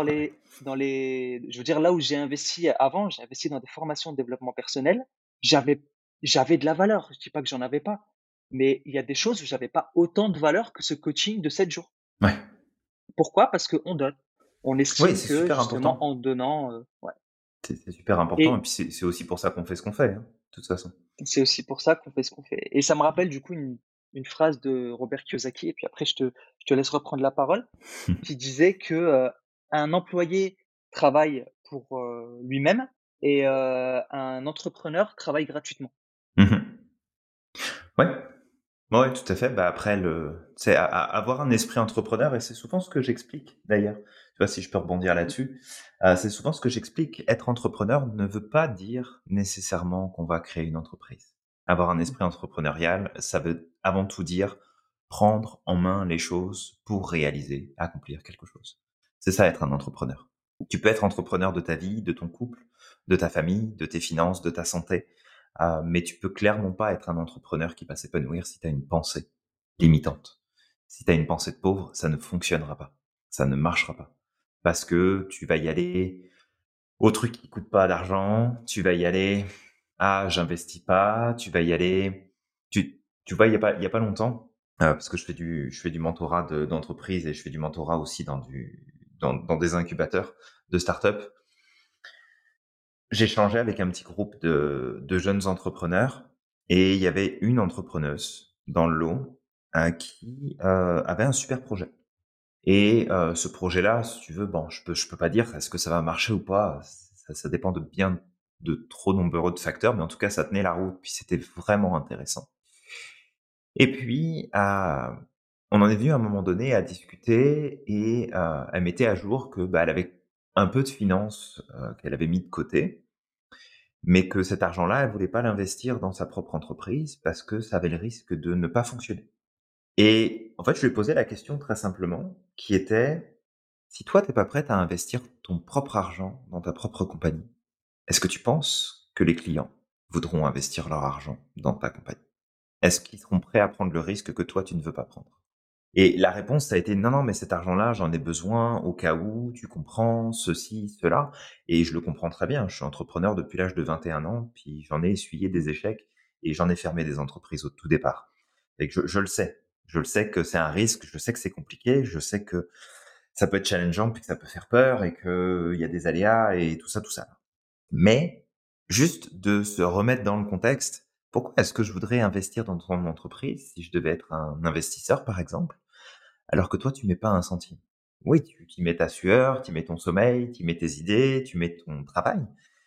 je veux dire là où j'ai investi avant, j'ai investi dans des formations de développement personnel, j'avais j'avais de la valeur. Je dis pas que j'en avais pas, mais il y a des choses où j'avais pas autant de valeur que ce coaching de 7 jours. Ouais. Pourquoi? Parce qu'on donne. On Oui, estime c'est que super justement important. en donnant, ouais C'est super important et et puis c'est aussi pour ça qu'on fait ce qu'on fait, hein, de toute façon. c'est aussi pour ça qu'on fait ce qu'on fait et ça me rappelle du coup une phrase de Robert Kiyosaki et puis après je te laisse reprendre la parole, qui disait que, un employé travaille pour, lui-même et un entrepreneur travaille gratuitement. Mmh. Ouais. Ouais, tout à fait. Bah, après c'est avoir un esprit entrepreneur et c'est souvent ce que j'explique d'ailleurs. Tu vois, si je peux rebondir Mmh, là-dessus, c'est souvent ce que j'explique. Être entrepreneur ne veut pas dire nécessairement qu'on va créer une entreprise. Avoir un mmh, esprit entrepreneurial, ça veut avant tout dire prendre en main les choses pour réaliser, accomplir quelque chose. C'est ça être un entrepreneur. Tu peux être entrepreneur de ta vie, de ton couple, de ta famille, de tes finances, de ta santé. Mais tu peux clairement pas être un entrepreneur qui va s'épanouir si tu as une pensée limitante. Si tu as une pensée de pauvre, ça ne fonctionnera pas. Ça ne marchera pas. Parce que tu vas y aller au truc qui coûte pas d'argent, tu vas y aller, ah, j'investis pas, tu vas y aller, tu vois, il y a pas longtemps, parce que je fais du mentorat d'entreprise et je fais du mentorat aussi dans des incubateurs de start-up. J'ai échangé avec un petit groupe de jeunes entrepreneurs et il y avait une entrepreneuse dans le lot, qui, avait un super projet et ce projet-là, si tu veux, bon, je peux pas dire est-ce que ça va marcher ou pas, ça dépend de trop nombreux de facteurs, mais en tout cas, ça tenait la route, puis c'était vraiment intéressant et puis, on en est venu à un moment donné à discuter et elle mettait à jour que, bah, elle avait un peu de finances, qu'elle avait mis de côté mais que cet argent-là, elle voulait pas l'investir dans sa propre entreprise parce que ça avait le risque de ne pas fonctionner. Et en fait, je lui ai posé la question très simplement, qui était: «Si toi, tu es pas prête à investir ton propre argent dans ta propre compagnie, est-ce que tu penses que les clients voudront investir leur argent dans ta compagnie? Est-ce qu'ils seront prêts à prendre le risque que toi, tu ne veux pas prendre?» Et la réponse, ça a été: «Non, non, mais cet argent-là, j'en ai besoin au cas où, tu comprends, ceci, cela». Et je le comprends très bien. Je suis entrepreneur depuis l'âge de 21 ans, puis j'en ai essuyé des échecs et j'en ai fermé des entreprises au tout départ. Et que je le sais. Je le sais que c'est un risque, je sais que c'est compliqué, je sais que ça peut être challengeant, puis que ça peut faire peur et qu'il y a des aléas et tout ça, tout ça. Mais juste de se remettre dans le contexte, pourquoi est-ce que je voudrais investir dans ton entreprise si je devais être un investisseur, par exemple, alors que toi, tu mets pas un centime? Oui, tu y mets ta sueur, tu y mets ton sommeil, tu y mets tes idées, tu mets ton travail,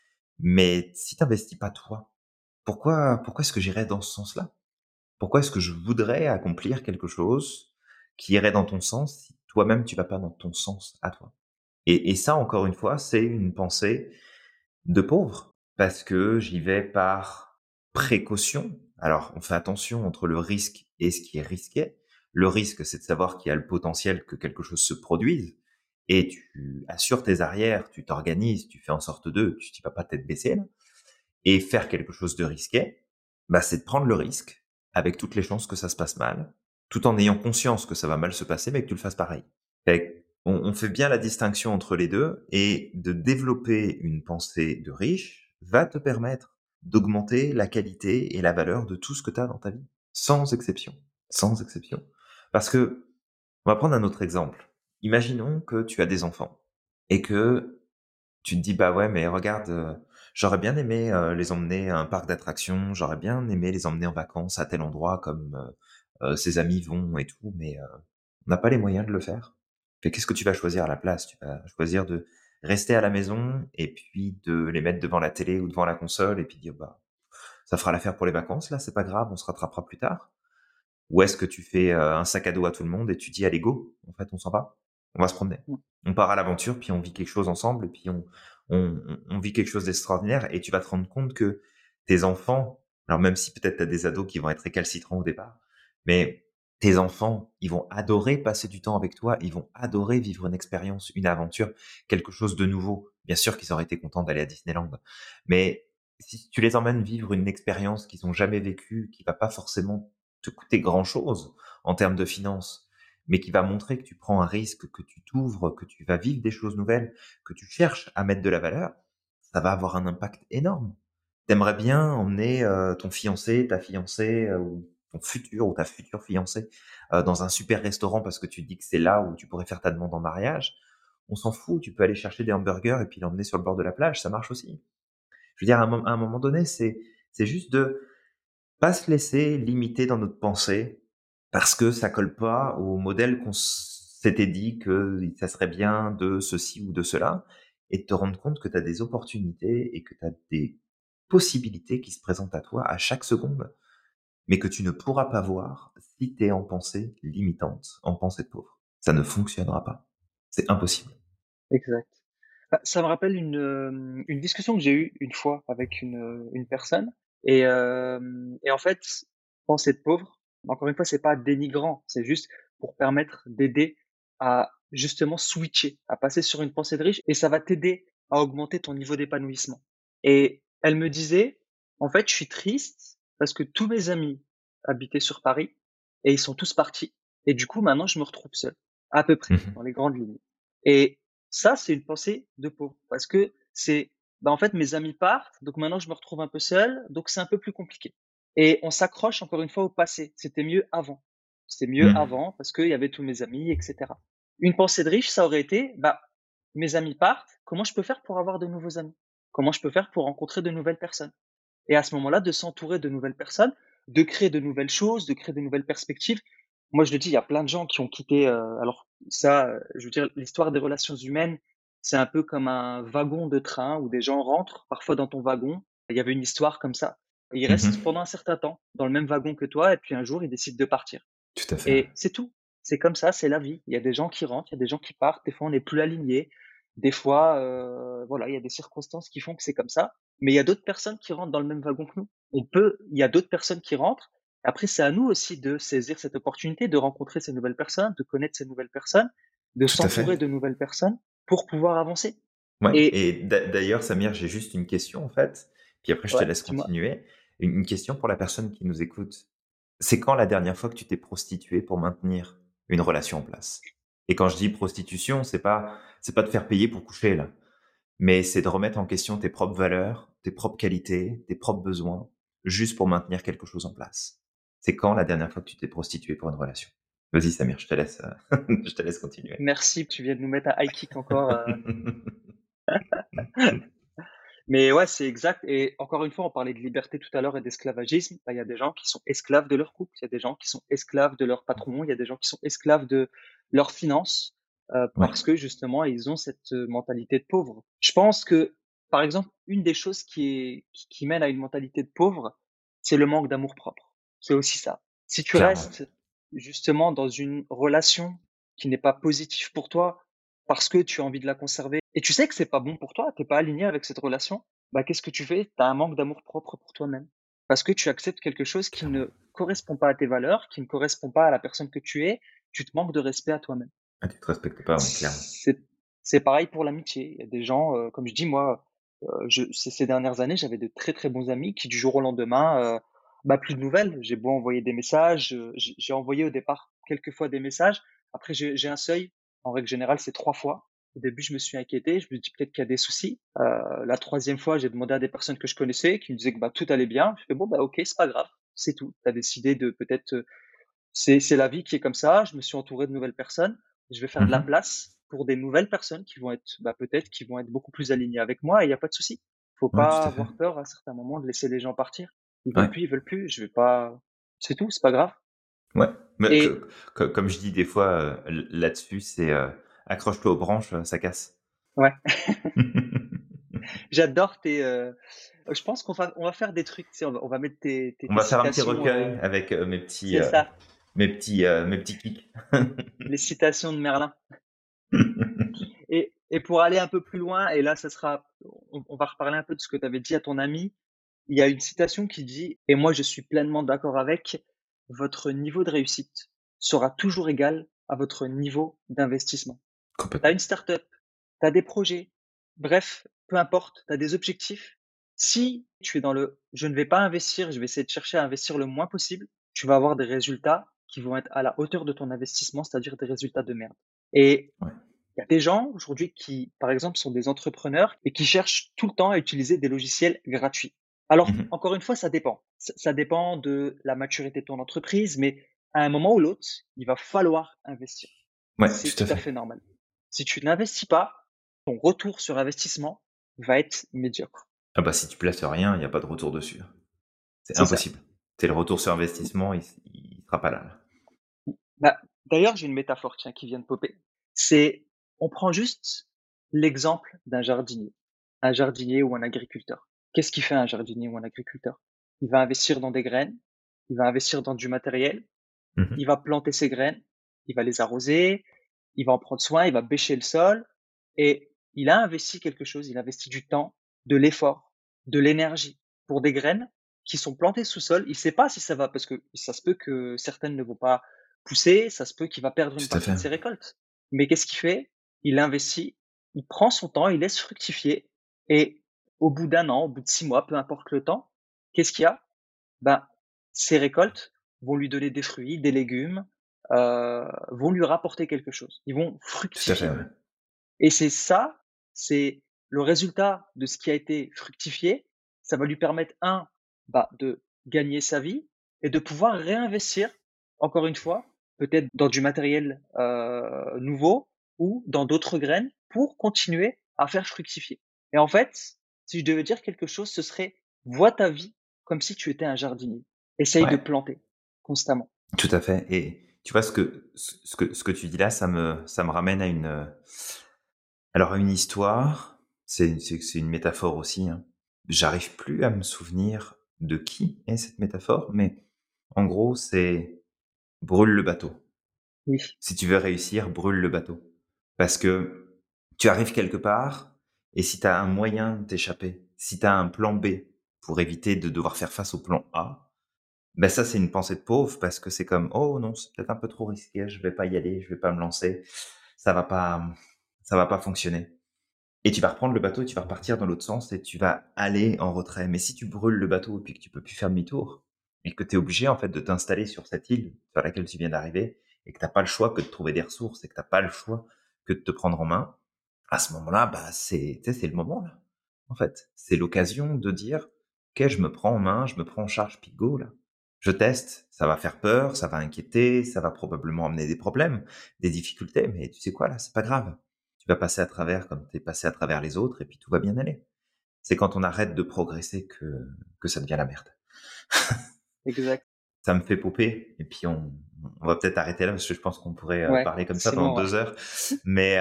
mais si tu investis pas toi, pourquoi est-ce que j'irais dans ce sens-là? Pourquoi est-ce que je voudrais accomplir quelque chose qui irait dans ton sens si toi-même tu vas pas dans ton sens à toi? Et ça, encore une fois, c'est une pensée de pauvre, parce que j'y vais par précaution. Alors, on fait attention entre le risque et ce qui est risqué. Le risque, c'est de savoir qu'il y a le potentiel que quelque chose se produise et tu assures tes arrières, tu t'organises, tu fais en sorte tu t'y vas pas tête baissée, là. Et faire quelque chose de risqué, bah, c'est de prendre le risque avec toutes les chances que ça se passe mal, tout en ayant conscience que ça va mal se passer, mais que tu le fasses pareil. On fait bien la distinction entre les 2 et de développer une pensée de riche va te permettre d'augmenter la qualité et la valeur de tout ce que tu as dans ta vie, sans exception, sans exception. Parce que on va prendre un autre exemple. Imaginons que tu as des enfants et que tu te dis: «Bah, ouais, mais regarde, j'aurais bien aimé, les emmener à un parc d'attractions, j'aurais bien aimé les emmener en vacances à tel endroit comme, ses amis vont et tout, mais on n'a pas les moyens de le faire». Et qu'est-ce que tu vas choisir à la place? Tu vas choisir de rester à la maison et puis de les mettre devant la télé ou devant la console et puis dire: «Bah, ça fera l'affaire pour les vacances là, c'est pas grave, on se rattrapera plus tard». Ou est-ce que tu fais, un sac à dos à tout le monde et tu dis: «Allez go, en fait, on s'en va, on va se promener. Mmh. On part à l'aventure, puis on vit quelque chose ensemble et puis on vit quelque chose d'extraordinaire» et tu vas te rendre compte que tes enfants, alors même si peut-être tu as des ados qui vont être récalcitrants au départ, mais tes enfants, ils vont adorer passer du temps avec toi, ils vont adorer vivre une expérience, une aventure, quelque chose de nouveau. Bien sûr qu'ils auraient été contents d'aller à Disneyland, mais si tu les emmènes vivre une expérience qu'ils ont jamais vécue, qui va pas forcément te coûter grand-chose en termes de finances, mais qui va montrer que tu prends un risque, que tu t'ouvres, que tu vas vivre des choses nouvelles, que tu cherches à mettre de la valeur, ça va avoir un impact énorme. T'aimerais bien emmener, ton fiancé, ta fiancée, ou ton futur ou ta future fiancée, dans un super restaurant parce que tu te dis que c'est là où tu pourrais faire ta demande en mariage. On s'en fout, tu peux aller chercher des hamburgers et puis l'emmener sur le bord de la plage, ça marche aussi. Je veux dire à un moment donné, c'est juste de pas se laisser limiter dans notre pensée parce que ça colle pas au modèle qu'on s'était dit que ça serait bien de ceci ou de cela et de te rendre compte que tu as des opportunités et que tu as des possibilités qui se présentent à toi à chaque seconde, mais que tu ne pourras pas voir si tu es en pensée limitante, en pensée de pauvre. Ça ne fonctionnera pas. C'est impossible. Exact. Bah, ça me rappelle une discussion que j'ai eue une fois avec une personne et en fait, penser de pauvre, encore une fois, c'est pas dénigrant, c'est juste pour permettre d'aider à justement switcher, à passer sur une pensée de riche et ça va t'aider à augmenter ton niveau d'épanouissement. Et elle me disait: «En fait, je suis triste parce que tous mes amis habitaient sur Paris et ils sont tous partis et du coup, maintenant, je me retrouve seul, à peu près, Mmh. dans les grandes lignes». Et ça, c'est une pensée de pauvre parce que c'est, bah, en fait, mes amis partent, donc maintenant je me retrouve un peu seul, donc c'est un peu plus compliqué. Et on s'accroche encore une fois au passé. C'était mieux avant. C'était mieux Mmh. avant parce qu'il y avait tous mes amis, etc. Une pensée de riche, ça aurait été, bah, mes amis partent, comment je peux faire pour avoir de nouveaux amis? Comment je peux faire pour rencontrer de nouvelles personnes? Et à ce moment-là, de s'entourer de nouvelles personnes, de créer de nouvelles choses, de créer de nouvelles perspectives. Moi, je le dis, il y a plein de gens qui ont quitté, alors ça, je veux dire, l'histoire des relations humaines, c'est un peu comme un wagon de train où des gens rentrent parfois dans ton wagon. Il y avait une histoire comme ça. Et ils Mmh. restent pendant un certain temps dans le même wagon que toi et puis un jour, ils décident de partir. Tout à fait. Et c'est tout. C'est comme ça, c'est la vie. Il y a des gens qui rentrent, il y a des gens qui partent. Des fois, on n'est plus alignés. Des fois, voilà, il y a des circonstances qui font que c'est comme ça. Mais il y a d'autres personnes qui rentrent dans le même wagon que nous. Il y a d'autres personnes qui rentrent Après, c'est à nous aussi de saisir cette opportunité, de rencontrer ces nouvelles personnes, de connaître ces nouvelles personnes, de Tout à s'entourer fait. de nouvelles personnes pour pouvoir avancer. Ouais Et et d'ailleurs, Samir, j'ai juste une question, en fait, puis après je te ouais, laisse dis-moi? continuer. Une question pour la personne qui nous écoute. C'est quand la dernière fois que tu t'es prostitué pour maintenir une relation en place? Et quand je dis prostitution, c'est pas de faire payer pour coucher, là, mais c'est de remettre en question tes propres valeurs, tes propres qualités, tes propres besoins, juste pour maintenir quelque chose en place. C'est quand la dernière fois que tu t'es prostitué pour une relation? Vas-y Samir, je te laisse, je te laisse continuer. Merci, tu viens de nous mettre un high kick encore, mais ouais, c'est exact et encore une fois, on parlait de liberté tout à l'heure et d'esclavagisme. Bah, il y a des gens qui sont esclaves de leur couple, il y a des gens qui sont esclaves de leur patron, il y a des gens qui sont esclaves de leurs finances, Ouais, parce que justement, ils ont cette, mentalité de pauvre. Je pense que, par exemple, une des choses qui mène à une mentalité de pauvre, c'est le manque d'amour-propre. C'est aussi ça. Si tu clairement. restes justement dans une relation qui n'est pas positive pour toi, parce que tu as envie de la conserver et tu sais que c'est pas bon pour toi, tu es pas aligné avec cette relation, bah, qu'est-ce que tu fais? Tu as un manque d'amour-propre pour toi-même. Parce que tu acceptes quelque chose qui Clairement. ne correspond pas à tes valeurs, qui ne correspond pas à la personne que tu es, tu te manques de respect à toi-même. Ah, tu te respectes pas, ouais, clairement. C'est pareil pour l'amitié. Il y a des gens, comme je dis moi, ces dernières années, j'avais de très, très bons amis qui du jour au lendemain, bah, plus de nouvelles. J'ai beau envoyer des messages, j'ai envoyé au départ quelques fois des messages. Après j'ai un seuil. En règle générale, c'est 3 fois. Au début, je me suis inquiété, je me dis: «Peut-être qu'il y a des soucis». La troisième fois, j'ai demandé à des personnes que je connaissais qui me disaient que, bah, tout allait bien. Je fais: «Bon, bah, OK, c'est pas grave, c'est tout. Tu as décidé de peut-être, c'est la vie qui est comme ça, je me suis entouré de nouvelles personnes, je vais faire de la Mmh. place pour des nouvelles personnes qui vont être, bah, peut-être qui vont être beaucoup plus alignées avec moi et il y a pas de souci. Faut Ouais, pas tout à fait. avoir peur à certains moments de laisser les gens partir. Ouais, Ils veulent plus, je vais pas c'est tout, c'est pas grave ouais. Mais et comme je dis des fois, là-dessus, c'est, accroche-toi aux branches, ça casse. ouais, j'adore tes, je pense on va faire des trucs, tu sais, on va mettre On tes va faire un petit citations, recueil avec, c'est ça, mes petits kicks. les citations de Merlin. Et pour aller un peu plus loin et là ça sera on va reparler un peu de ce que tu avais dit à ton ami. Il y a une citation qui dit et moi je suis pleinement d'accord avec: «Votre niveau de réussite sera toujours égal à votre niveau d'investissement». Tu as Complètement. une start-up, tu as des projets, bref, peu importe, tu as des objectifs. Si tu es dans le: «Je ne vais pas investir, je vais essayer de chercher à investir le moins possible», tu vas avoir des résultats qui vont être à la hauteur de ton investissement, c'est-à-dire des résultats de merde et Ouais. il y a des gens aujourd'hui qui, par exemple, sont des entrepreneurs et qui cherchent tout le temps à utiliser des logiciels gratuits. Alors, Mmh. encore une fois, ça dépend. Ça dépend de la maturité de ton entreprise, mais à un moment ou l'autre, il va falloir investir. Ouais, C'est tout tout à à fait. fait normal. Si tu n'investis pas, ton retour sur investissement va être médiocre. Ah bah, si tu places rien, il y a pas de retour dessus, hein. C'est C'est ça. impossible. C'est le retour sur investissement, il sera pas là, là. Bah, d'ailleurs, j'ai une métaphore, tiens, qui vient de popper. C'est, on prend juste l'exemple d'un jardinier. Un jardinier ou un agriculteur. Qu'est-ce qu'il fait un jardinier ou un agriculteur? Il va investir dans des graines, il va investir dans du matériel, Mmh. il va planter ses graines, il va les arroser, il va en prendre soin, il va bêcher le sol et il a investi quelque chose, il investit du temps, de l'effort, de l'énergie pour des graines qui sont plantées sous sol. Il sait pas si ça va parce que ça se peut que certaines ne vont pas pousser, ça se peut qu'il va perdre une Tout à partie de fait. ses récoltes. Mais qu'est-ce qu'il fait? Il investit, il prend son temps, il laisse fructifier et au bout d'un an, au bout de 6 mois, peu importe le temps, qu'est-ce qu'il y a? Ben, ces récoltes vont lui donner des fruits, des légumes, vont lui rapporter quelque chose. Ils vont Tout à fait, fructifier ouais. et c'est ça, c'est le résultat de ce qui a été fructifié. Ça va lui permettre bah, de gagner sa vie et de pouvoir réinvestir, encore une fois, peut-être dans du matériel, nouveau ou dans d'autres graines pour continuer à faire fructifier et en fait, si je devais dire quelque chose, ce serait: vois ta vie comme si tu étais un jardinier. Essaye de Ouais, planter constamment. tout à fait et tu vois ce que tu dis là, ça me ramène à alors à une histoire, c'est une métaphore aussi, hein. J'arrive plus à me souvenir de qui est cette métaphore, mais en gros, c'est: «Brûle le bateau». Oui, Si tu veux réussir, brûle le bateau. Parce que tu arrives quelque part et si tu as un moyen de t'échapper, si tu as un plan B pour éviter de devoir faire face au plan A, Ben ça, c'est une pensée de pauvre parce que c'est comme: «Oh non, c'est peut-être un peu trop risqué, je vais pas y aller, je vais pas me lancer, ça va pas, ça va pas fonctionner». Et tu vas reprendre le bateau et tu vas repartir dans l'autre sens et tu vas aller en retrait. Mais si tu brûles le bateau et puis que tu peux plus faire demi-tour et que tu es obligé, en fait, de t'installer sur cette île sur laquelle tu viens d'arriver et que tu pas le choix que de trouver des ressources et que tu pas le choix que de te prendre en main, à ce moment-là, bah, c'est, tu sais, c'est le moment, là, en fait. C'est l'occasion de dire: «OK, je me prends en main, je me prends en charge, puis go, là. Je teste, ça va faire peur, ça va inquiéter, ça va probablement amener des problèmes, des difficultés, mais tu sais quoi, là, c'est pas grave. Tu vas passer à travers comme tu es passé à travers les autres et puis tout va bien aller». C'est quand on arrête de progresser que ça devient la merde. Exact. Ça me fait popper et puis on va peut-être arrêter là parce que je pense qu'on pourrait, Ouais, parler comme ça c'est pendant bon, ouais. 2 heures. Mais,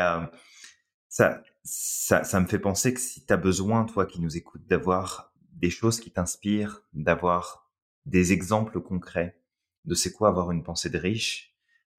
ça me fait penser que si tu as besoin, toi qui nous écoutes, d'avoir des choses qui t'inspirent, d'avoir des exemples concrets de c'est quoi avoir une pensée de riche,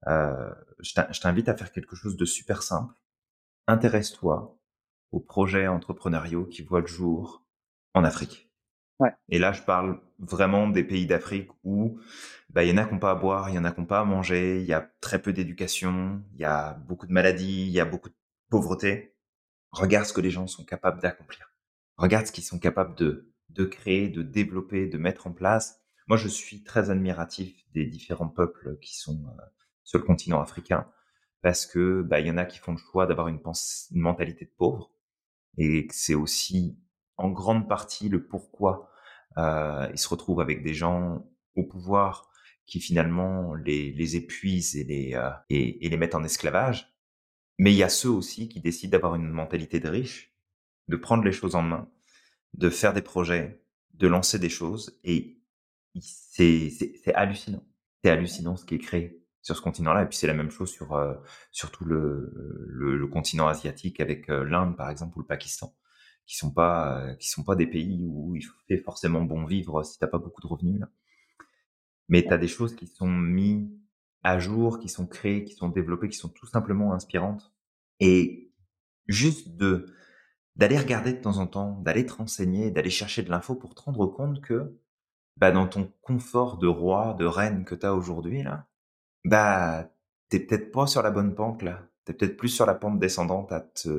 je t'invite à faire quelque chose de super simple. Intéresse-toi aux projets entrepreneuriaux qui voient le jour en Afrique. Ouais, Et là, je parle vraiment des pays d'Afrique où, bah, il y en a qui ont pas à boire, il y en a qui ont pas à manger, il y a très peu d'éducation, il y a beaucoup de maladies, il y a beaucoup de pauvreté. Regarde ce que les gens sont capables d'accomplir. Regarde ce qu'ils sont capables de créer, de développer, de mettre en place. Moi, je suis très admiratif des différents peuples qui sont sur le continent africain parce que bah, il y en a qui font le choix d'avoir une mentalité de pauvre et que c'est aussi en grande partie le pourquoi ils se retrouvent avec des gens au pouvoir qui finalement les épuisent et les mettent en esclavage. Mais il y a ceux aussi qui décident d'avoir une mentalité de riche, de prendre les choses en main, de faire des projets, de lancer des choses et c'est hallucinant. C'est hallucinant ce qui est créé sur ce continent-là et puis c'est la même chose sur tout le continent asiatique avec, l'Inde, par exemple, ou le Pakistan, qui sont pas des pays où il fait forcément bon vivre si tu pas beaucoup de revenus, là. Mais tu as des choses qui sont mis à jour, qui sont créées, qui sont développées, qui sont tout simplement inspirantes et juste d'aller regarder de temps en temps, d'aller te renseigner, d'aller chercher de l'info pour te rendre compte que, bah, dans ton confort de roi, de reine que tu as aujourd'hui là, bah, tu peut-être pas sur la bonne pente là. Tu peut-être plus sur la pente descendante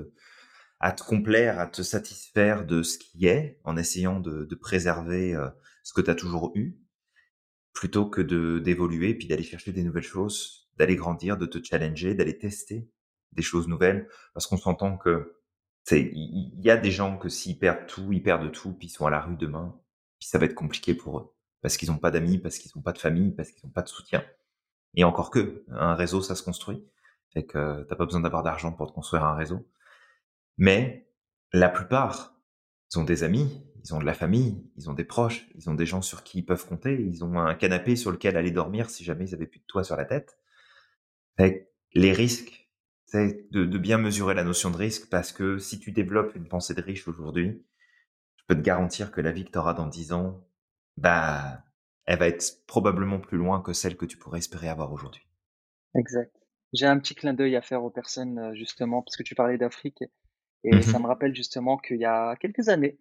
à te complaire, à te satisfaire de ce qui est, en essayant de préserver, ce que tu as toujours eu, plutôt que d'évoluer, puis d'aller chercher des nouvelles choses, d'aller grandir, de te challenger, d'aller tester des choses nouvelles. Parce qu'on s'entend que, c'est il y a des gens que s'ils perdent tout, ils perdent tout, puis ils sont à la rue demain, puis ça va être compliqué pour eux. Parce qu'ils ont pas d'amis, parce qu'ils ont pas de famille, parce qu'ils ont pas de soutien. Et encore que, un réseau, ça se construit. Fait que tu pas besoin d'avoir d'argent pour te construire un réseau. Mais la plupart, ils ont des amis, ils ont de la famille, ils ont des proches, ils ont des gens sur qui ils peuvent compter, ils ont un canapé sur lequel aller dormir si jamais ils avaient plus de toit sur la tête. Fait que les risques, c'est de bien mesurer la notion de risque parce que si tu développes une pensée de riche aujourd'hui, je peux te garantir que la vie que tu auras dans 10 ans, bah, elle va être probablement plus loin que celle que tu pourrais espérer avoir aujourd'hui. exact. J'ai un petit clin d'œil à faire aux personnes, justement, parce que tu parlais d'Afrique et ça me Mmh. rappelle justement qu'il y a quelques années,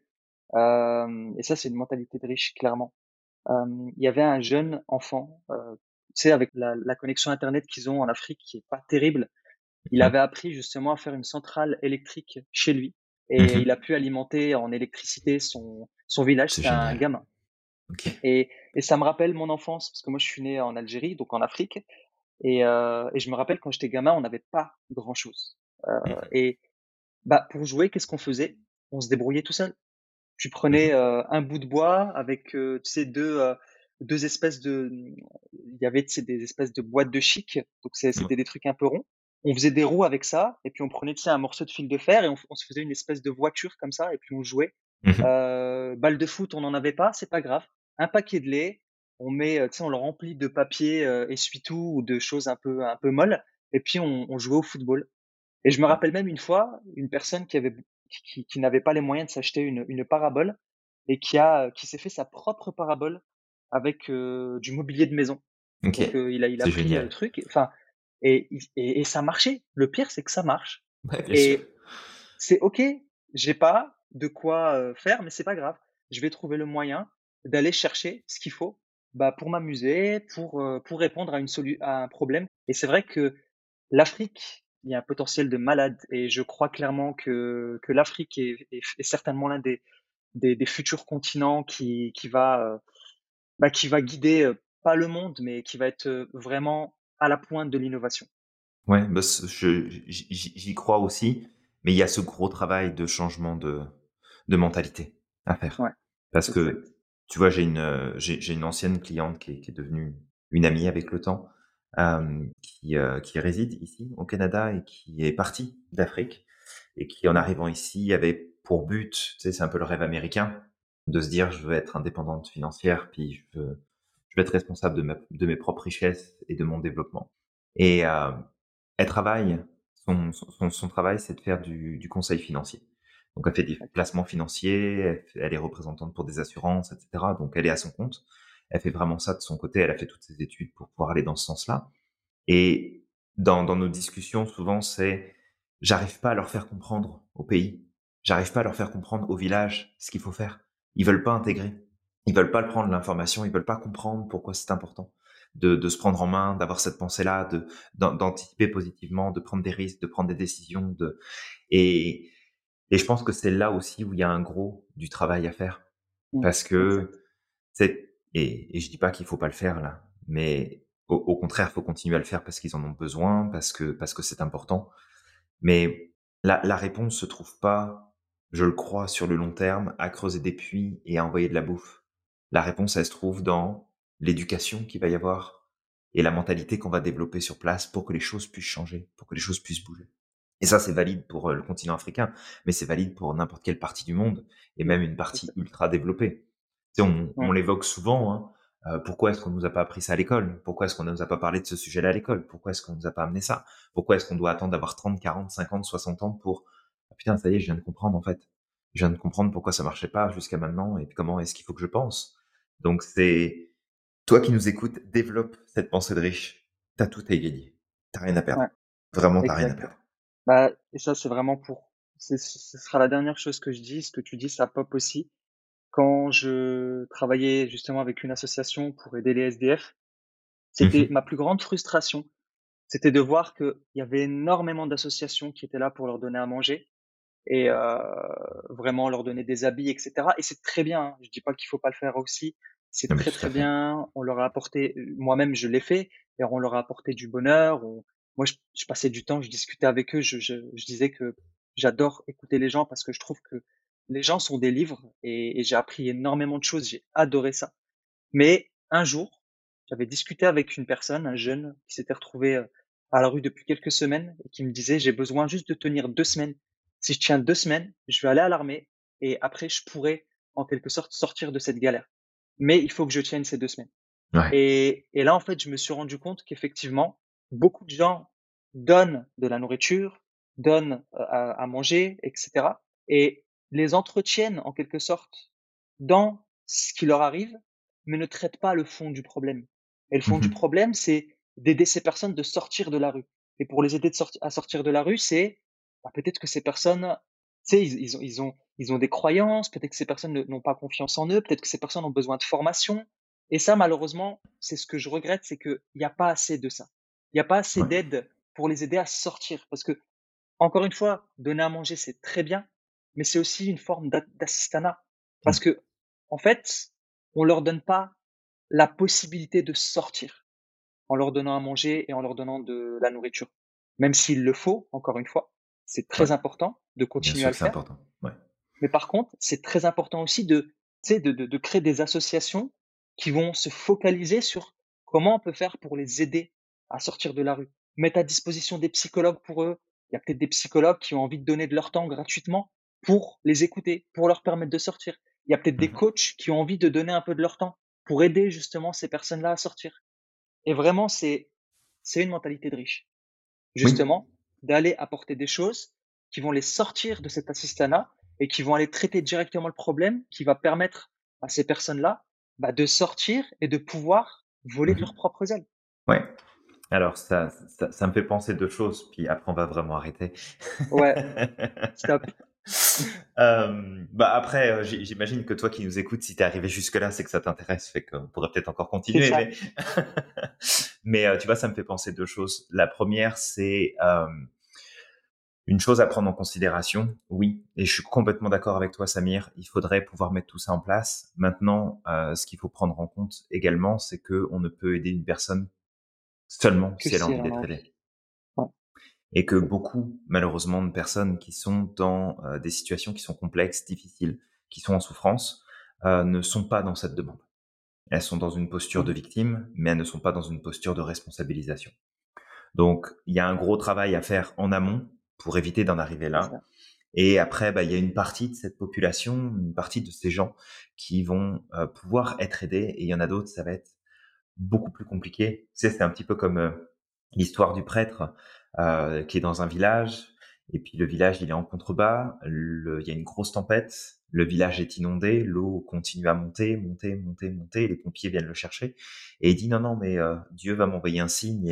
et ça, c'est une mentalité de riche, clairement. Il y avait un jeune enfant, tu sais, avec la connexion internet qu'ils ont en Afrique qui est pas terrible, il Mmh. avait appris justement à faire une centrale électrique chez lui et il a Mmh. pu alimenter en électricité son village. C'est C'était un génial. gamin OK. et ça me rappelle mon enfance parce que moi, je suis né en Algérie, donc en Afrique et je me rappelle quand j'étais gamin, on n'avait pas grand-chose, Mmh. et bah, pour jouer, qu'est-ce qu'on faisait? On se débrouillait tout seul. Tu prenais, Mmh. un bout de bois avec, tu sais 2 espèces de, il y avait, tu sais, des espèces de boîtes de chic, donc Ouais. c'était des trucs un peu ronds. On faisait des roues avec ça et puis on prenait, tu sais, un morceau de fil de fer et on se faisait une espèce de voiture comme ça et puis on jouait. Mmh. Balle de foot, on n'en avait pas, c'est pas grave. Un paquet de lait, on met, tu sais, on le remplit de papier, essuie-tout ou de choses un peu molles et puis on jouait au football. Et je me Ouais. rappelle même une fois, une personne qui n'avait pas les moyens de s'acheter une parabole et qui s'est fait sa propre parabole avec, du mobilier de maison. OK. Donc, il a C'est pris, le génial. truc, enfin et ça marchait. Le pire, c'est que ça marche Ouais, bien sûr. et c'est OK, j'ai pas de quoi, faire, mais c'est pas grave. Je vais trouver le moyen d'aller chercher ce qu'il faut bah, pour m'amuser, pour répondre à un problème. Et c'est vrai que l'Afrique, il y a un potentiel de malade et je crois clairement que l'Afrique est certainement l'un des futurs continents qui va guider, pas le monde, mais qui va être, vraiment à la pointe de l'innovation. Ouais, bah, j'y crois aussi, mais il y a ce gros travail de changement de mentalité à faire. Ouais, Parce exact. que, tu vois, j'ai une ancienne cliente qui est devenue une amie avec le temps, qui réside ici au Canada et qui est partie d'Afrique et qui, en Mmh. arrivant ici, avait pour but, tu sais, c'est un peu le rêve américain, de se dire: «Je veux être indépendante financière, puis je veux être responsable de mes propres richesses et de mon développement». Et elle travaille, son travail, c'est de faire du conseil financier. Donc elle fait des D'accord. placements financiers, elle est représentante pour des assurances, et cetera. Donc elle est à son compte. Elle fait vraiment ça de son côté. Elle a fait toutes ses études pour pouvoir aller dans ce sens-là. Et dans nos discussions, souvent, c'est: «J'arrive pas à leur faire comprendre au pays, j'arrive pas à leur faire comprendre au village ce qu'il faut faire. Ils veulent pas intégrer. Ils veulent pas le prendre l'information, ils veulent pas comprendre pourquoi c'est important de se prendre en main, d'avoir cette pensée-là, d'anticiper positivement, de prendre des risques, de prendre des décisions, et et je pense que c'est là aussi où il y a un gros du travail à faire. Mmh. Parce Exact. que et je dis pas qu'il faut pas le faire là, mais au contraire, faut continuer à le faire parce qu'ils en ont besoin, parce que c'est important. Mais la réponse se trouve pas, je le crois, sur le long terme, à creuser des puits et à envoyer de la bouffe. La réponse, elle se trouve dans l'éducation qu'il va y avoir et la mentalité qu'on va développer sur place pour que les choses puissent changer, pour que les choses puissent bouger. Et ça, c'est valide pour le continent africain, mais c'est valide pour n'importe quelle partie du monde et même une partie Exact. ultra développée. Tu sais, on Ouais, l'évoque souvent, hein. Pourquoi est-ce qu'on nous a pas appris ça à l'école? Pourquoi est-ce qu'on ne nous a pas parlé de ce sujet-là à l'école? Pourquoi est-ce qu'on nous a pas amené ça? Pourquoi est-ce qu'on doit attendre d'avoir 30, 40, 50, 60 ans pour: «Ah putain, ça y est, je viens de comprendre, en fait. Je viens de comprendre pourquoi ça marchait pas jusqu'à maintenant et puis comment est-ce qu'il faut que je pense». Donc c'est toi qui nous écoutes, développe cette pensée de riche. Tu as tout à y gagner. Tu as rien à ouais, perdre. Vraiment, tu as rien à exact. perdre. Bah et ça, c'est vraiment pour ce sera la dernière chose que je dis. Ce que tu dis, ça pop aussi. Quand je travaillais justement avec une association pour aider les SDF, Mmh c'était mh. ma plus grande frustration. C'était de voir qu'il y avait énormément d'associations qui étaient là pour leur donner à manger et vraiment leur donner des habits et cetera et c'est très bien, hein. Je dis pas qu'il faut pas le faire aussi. C'est Non, mais très, tout à très fait. bien. On leur a apporté moi-même je l'ai fait et on leur a apporté du bonheur. Moi je passais du temps, je discutais avec eux, je disais que j'adore écouter les gens parce que je trouve que les gens sont des livres et j'ai appris énormément de choses, j'ai adoré ça. Mais un jour, j'avais discuté avec une personne, un jeune qui s'était retrouvé, à la rue depuis quelques semaines et qui me disait: «J'ai besoin juste de tenir 2 semaines. Si je tiens 2 semaines, je vais aller à l'armée et après je pourrai, en quelque sorte, sortir de cette galère. Mais il faut que je tienne ces 2 semaines». Ouais. Et là, en fait, je me suis rendu compte qu'effectivement, beaucoup de gens donnent de la nourriture, donnent, à manger et cetera et les entretiennent en quelque sorte dans ce qui leur arrive, mais ne traitent pas le fond du problème. Et le fond Mmh du mh. problème, c'est d'aider ces personnes de sortir de la rue. Et pour les aider à sortir de la rue, c'est, bah, peut-être que ces personnes, tu sais, ils ont des croyances, peut-être que ces personnes n'ont pas confiance en eux, peut-être que ces personnes ont besoin de formation. Et ça, malheureusement, c'est ce que je regrette, c'est qu'il y a pas assez de ça. Il y a pas assez Ouais. d'aide pour les aider à sortir. Parce que, encore une fois, donner à manger, c'est très bien, mais c'est aussi une forme d'assistanat. Ouais. Parce que, en fait, on leur donne pas la possibilité de sortir en leur donnant à manger et en leur donnant de la nourriture. Même s'il le faut, encore une fois, c'est Ouais. très important de Bien continuer à sûr le que c'est faire. important. Ouais. Mais par contre, c'est très important aussi de, tu sais, de créer des associations qui vont se focaliser sur comment on peut faire pour les aider à sortir de la rue. Mettre à disposition des psychologues pour eux. Il y a peut-être des psychologues qui ont envie de donner de leur temps gratuitement pour les écouter, pour leur permettre de sortir. Il y a peut-être Mmh des mh. coachs qui ont envie de donner un peu de leur temps pour aider justement ces personnes-là à sortir. Et vraiment, c'est une mentalité de riche. Oui. Justement, d'aller apporter des choses qui vont les sortir de cet assistanat et qui vont aller traiter directement le problème, qui va permettre à ces personnes-là, bah, de sortir et de pouvoir voler Mmh de mh. leurs propres ailes. Ouais. Alors ça me fait penser 2 choses, puis après on va vraiment arrêter. Ouais, stop. Bah, après, j'imagine que toi qui nous écoutes, si tu es arrivé jusque-là, c'est que ça t'intéresse, fait qu'on pourrait peut-être encore C'est continuer, ça. mais tu vois, ça me fait penser 2 choses. La première, c'est, une chose à prendre en considération, oui, et je suis complètement d'accord avec toi, Samir, il faudrait pouvoir mettre tout ça en place. Maintenant, ce qu'il faut prendre en compte également, c'est qu'on ne peut aider une personne seulement Que si elle a si elle envie en a d'être aidée. envie. Ouais, Et que beaucoup, malheureusement, de personnes qui sont dans des situations qui sont complexes, difficiles, qui sont en souffrance, ne sont pas dans cette demande. Elles sont dans une posture de mmh, victime, mais elles ne sont pas dans une posture de responsabilisation. Donc, il y a un gros travail à faire en amont pour éviter d'en arriver c'est là. ça. Et après, bah, il y a une partie de cette population, une partie de ces gens qui vont pouvoir être aidés, et il y en a d'autres, ça va être beaucoup plus compliqué. Tu sais, c'est un petit peu comme l'histoire du prêtre qui est dans un village, et puis le village, il est en contrebas, il y a une grosse tempête, le village est inondé, l'eau continue à monter, monter, monter, monter, les pompiers viennent le chercher, et il dit non, non, mais Dieu va m'envoyer un signe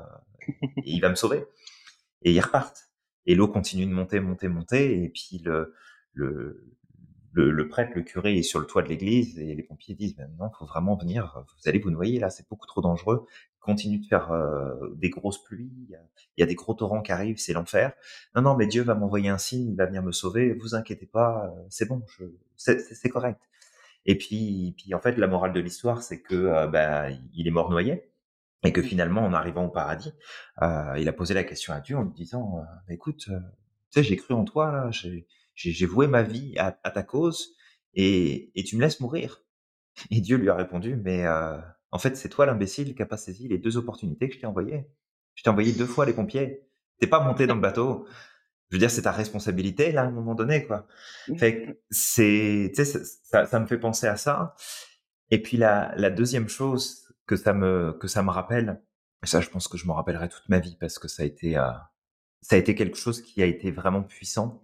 et il va me sauver. Et ils repartent. Et l'eau continue de monter, monter, monter, et puis le, le prêtre, le curé est sur le toit de l'église, et les pompiers disent, ben non, faut vraiment venir, vous allez vous noyer là, c'est beaucoup trop dangereux. Continue de faire des grosses pluies, il y a des gros torrents qui arrivent, c'est l'enfer. Non, non, mais Dieu va m'envoyer un signe, il va venir me sauver, vous inquiétez pas, c'est bon, c'est correct. Et puis en fait, la morale de l'histoire, c'est que ben, il est mort noyé, et que Mmh, finalement, en arrivant au paradis, il a posé la question à Dieu en lui disant, écoute, tu sais, j'ai cru en toi, là, j'ai voué ma vie à ta cause, et tu me laisses mourir. Et Dieu lui a répondu, mais en fait, c'est toi l'imbécile qui a pas saisi les 2 opportunités que je t'ai envoyées. Je t'ai envoyé 2 fois les pompiers. T'es pas monté dans le bateau. Je veux dire, c'est ta responsabilité, là, à un moment donné, quoi. mmh, Fait que c'est, tu sais, ça me fait penser à ça. Et puis la deuxième chose que ça me rappelle, et ça, je pense que je m'en rappellerai toute ma vie parce que ça a été quelque chose qui a été vraiment puissant.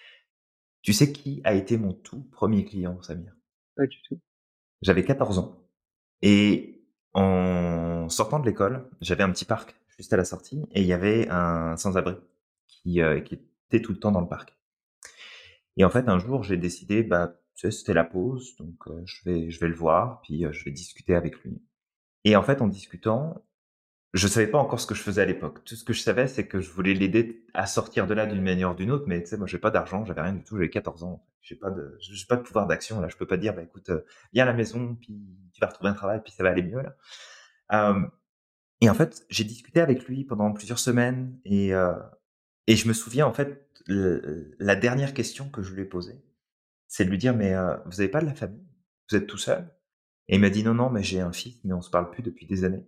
Tu sais qui a été mon tout premier client, Samir? pas du tout. J'avais 14 ans, et en sortant de l'école, j'avais un petit parc juste à la sortie, et il y avait un sans-abri qui était tout le temps dans le parc. Et en fait, un jour, j'ai décidé, bah, tu sais, c'était la pause, donc je vais le voir, puis je vais discuter avec lui. Et en fait, en discutant, je savais pas encore ce que je faisais à l'époque. Tout ce que je savais, c'est que je voulais l'aider à sortir de là d'une manière ou d'une autre, mais tu sais, moi, j'ai pas d'argent, j'avais rien du tout, j'avais 14 ans. J'ai pas de pouvoir d'action, là. Je peux pas dire, bah, écoute, viens à la maison, puis tu vas retrouver un travail, puis ça va aller mieux, là. Euh, et en fait, j'ai discuté avec lui pendant plusieurs semaines, et je me souviens, en fait, la dernière question que je lui ai posée, c'est de lui dire: «Mais, vous avez pas de la famille? Vous êtes tout seul?» Et il m'a dit: «Non, non, mais j'ai un fils, mais on se parle plus depuis des années».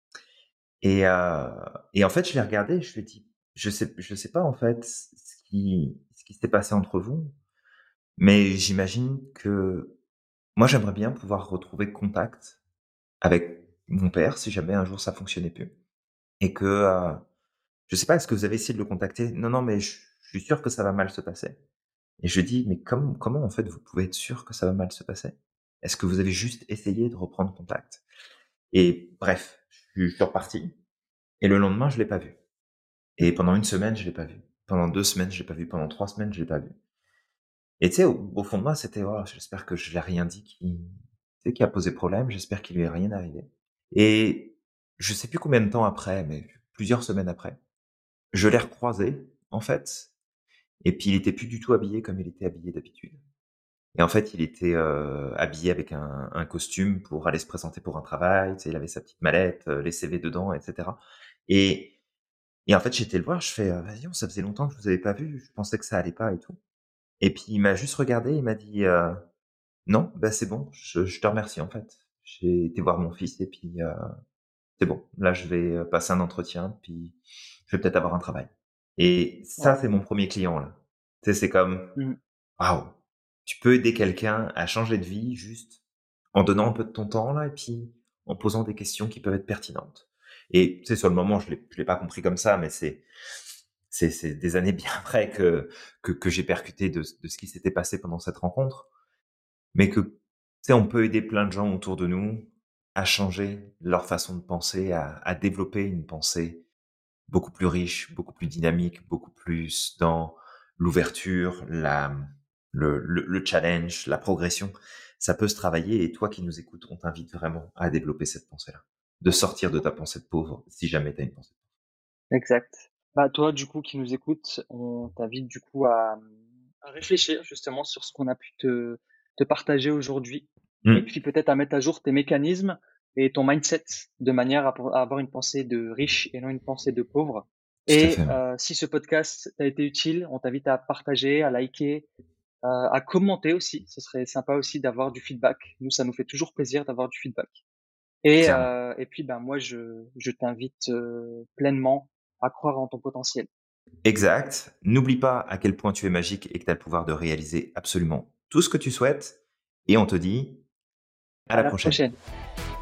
Et en fait, je l'ai regardé et je lui ai dit: je sais pas, en fait, ce qui s'est passé entre vous, mais j'imagine que moi, j'aimerais bien pouvoir retrouver contact avec mon père si jamais un jour ça fonctionnait plus, et que, je sais pas, est-ce que vous avez essayé de le contacter?» «Non, non, mais je suis sûr que ça va mal se passer». Et je lui dis: «Mais comment, en fait, vous pouvez être sûr que ça va mal se passer? Est-ce que vous avez juste essayé de reprendre contact?» Et bref, je suis reparti, et le lendemain, je l'ai pas vu. Et pendant une semaine, je l'ai pas vu. Pendant 2 semaines, je l'ai pas vu. Pendant 3 semaines, je l'ai pas vu. Et tu sais, au fond de moi, c'était: «Oh, j'espère que je l'ai rien dit tu sais, qui a posé problème. J'espère qu'il lui est rien arrivé». Et je sais plus combien de temps après, mais plusieurs semaines après, je l'ai recroisé, en fait, et puis il était plus du tout habillé comme il était habillé d'habitude. Et en fait, il était, habillé avec un costume pour aller se présenter pour un travail, tu sais, il avait sa petite mallette, les CV dedans, et cetera. Et en fait, j'ai été le voir, je fais: «Vas-y, ça faisait longtemps que je vous avais pas vu, je pensais que ça allait pas et tout». Et puis il m'a juste regardé, il m'a dit: «Non, bah, c'est bon, je te remercie, en fait. J'ai été voir mon fils, et puis, c'est bon. Là, je vais, passer un entretien, puis je vais peut-être avoir un travail». Et ça, Waouh. c'est mon premier client, là. Tu sais, c'est comme: Mmh, «Waouh, tu peux aider quelqu'un à changer de vie juste en donnant un peu de ton temps, là, et puis en posant des questions qui peuvent être pertinentes». Et tu sais, sur le moment, je l'ai pas compris comme ça, mais c'est des années bien après que j'ai percuté de ce qui s'était passé pendant cette rencontre. Mais que, tu sais, on peut aider plein de gens autour de nous à changer leur façon de penser, à développer une pensée beaucoup plus riche, beaucoup plus dynamique, beaucoup plus dans l'ouverture, le challenge, la progression, ça peut se travailler et toi qui nous écoutes, on t'invite vraiment à développer cette pensée-là, de sortir de ta pensée de pauvre si jamais tu as une pensée. Exact. Bah, toi, du coup, qui nous écoutes, on t'invite du coup à réfléchir justement sur ce qu'on a pu te partager aujourd'hui et Mmh, puis peut-être à mettre à jour tes mécanismes et ton mindset de manière à avoir une pensée de riche et non une pensée de pauvre. tout à Et fait, ouais. si ce podcast t'a été utile, on t'invite à partager, à liker, à commenter aussi. Ce serait sympa aussi d'avoir du feedback. Nous, ça nous fait toujours plaisir d'avoir du feedback. Clairement. Et puis, ben, moi, je t'invite pleinement à croire en ton potentiel. Exact. N'oublie pas à quel point tu es magique et que tu as le pouvoir de réaliser absolument tout ce que tu souhaites et on te dit à À la la prochaine. prochaine.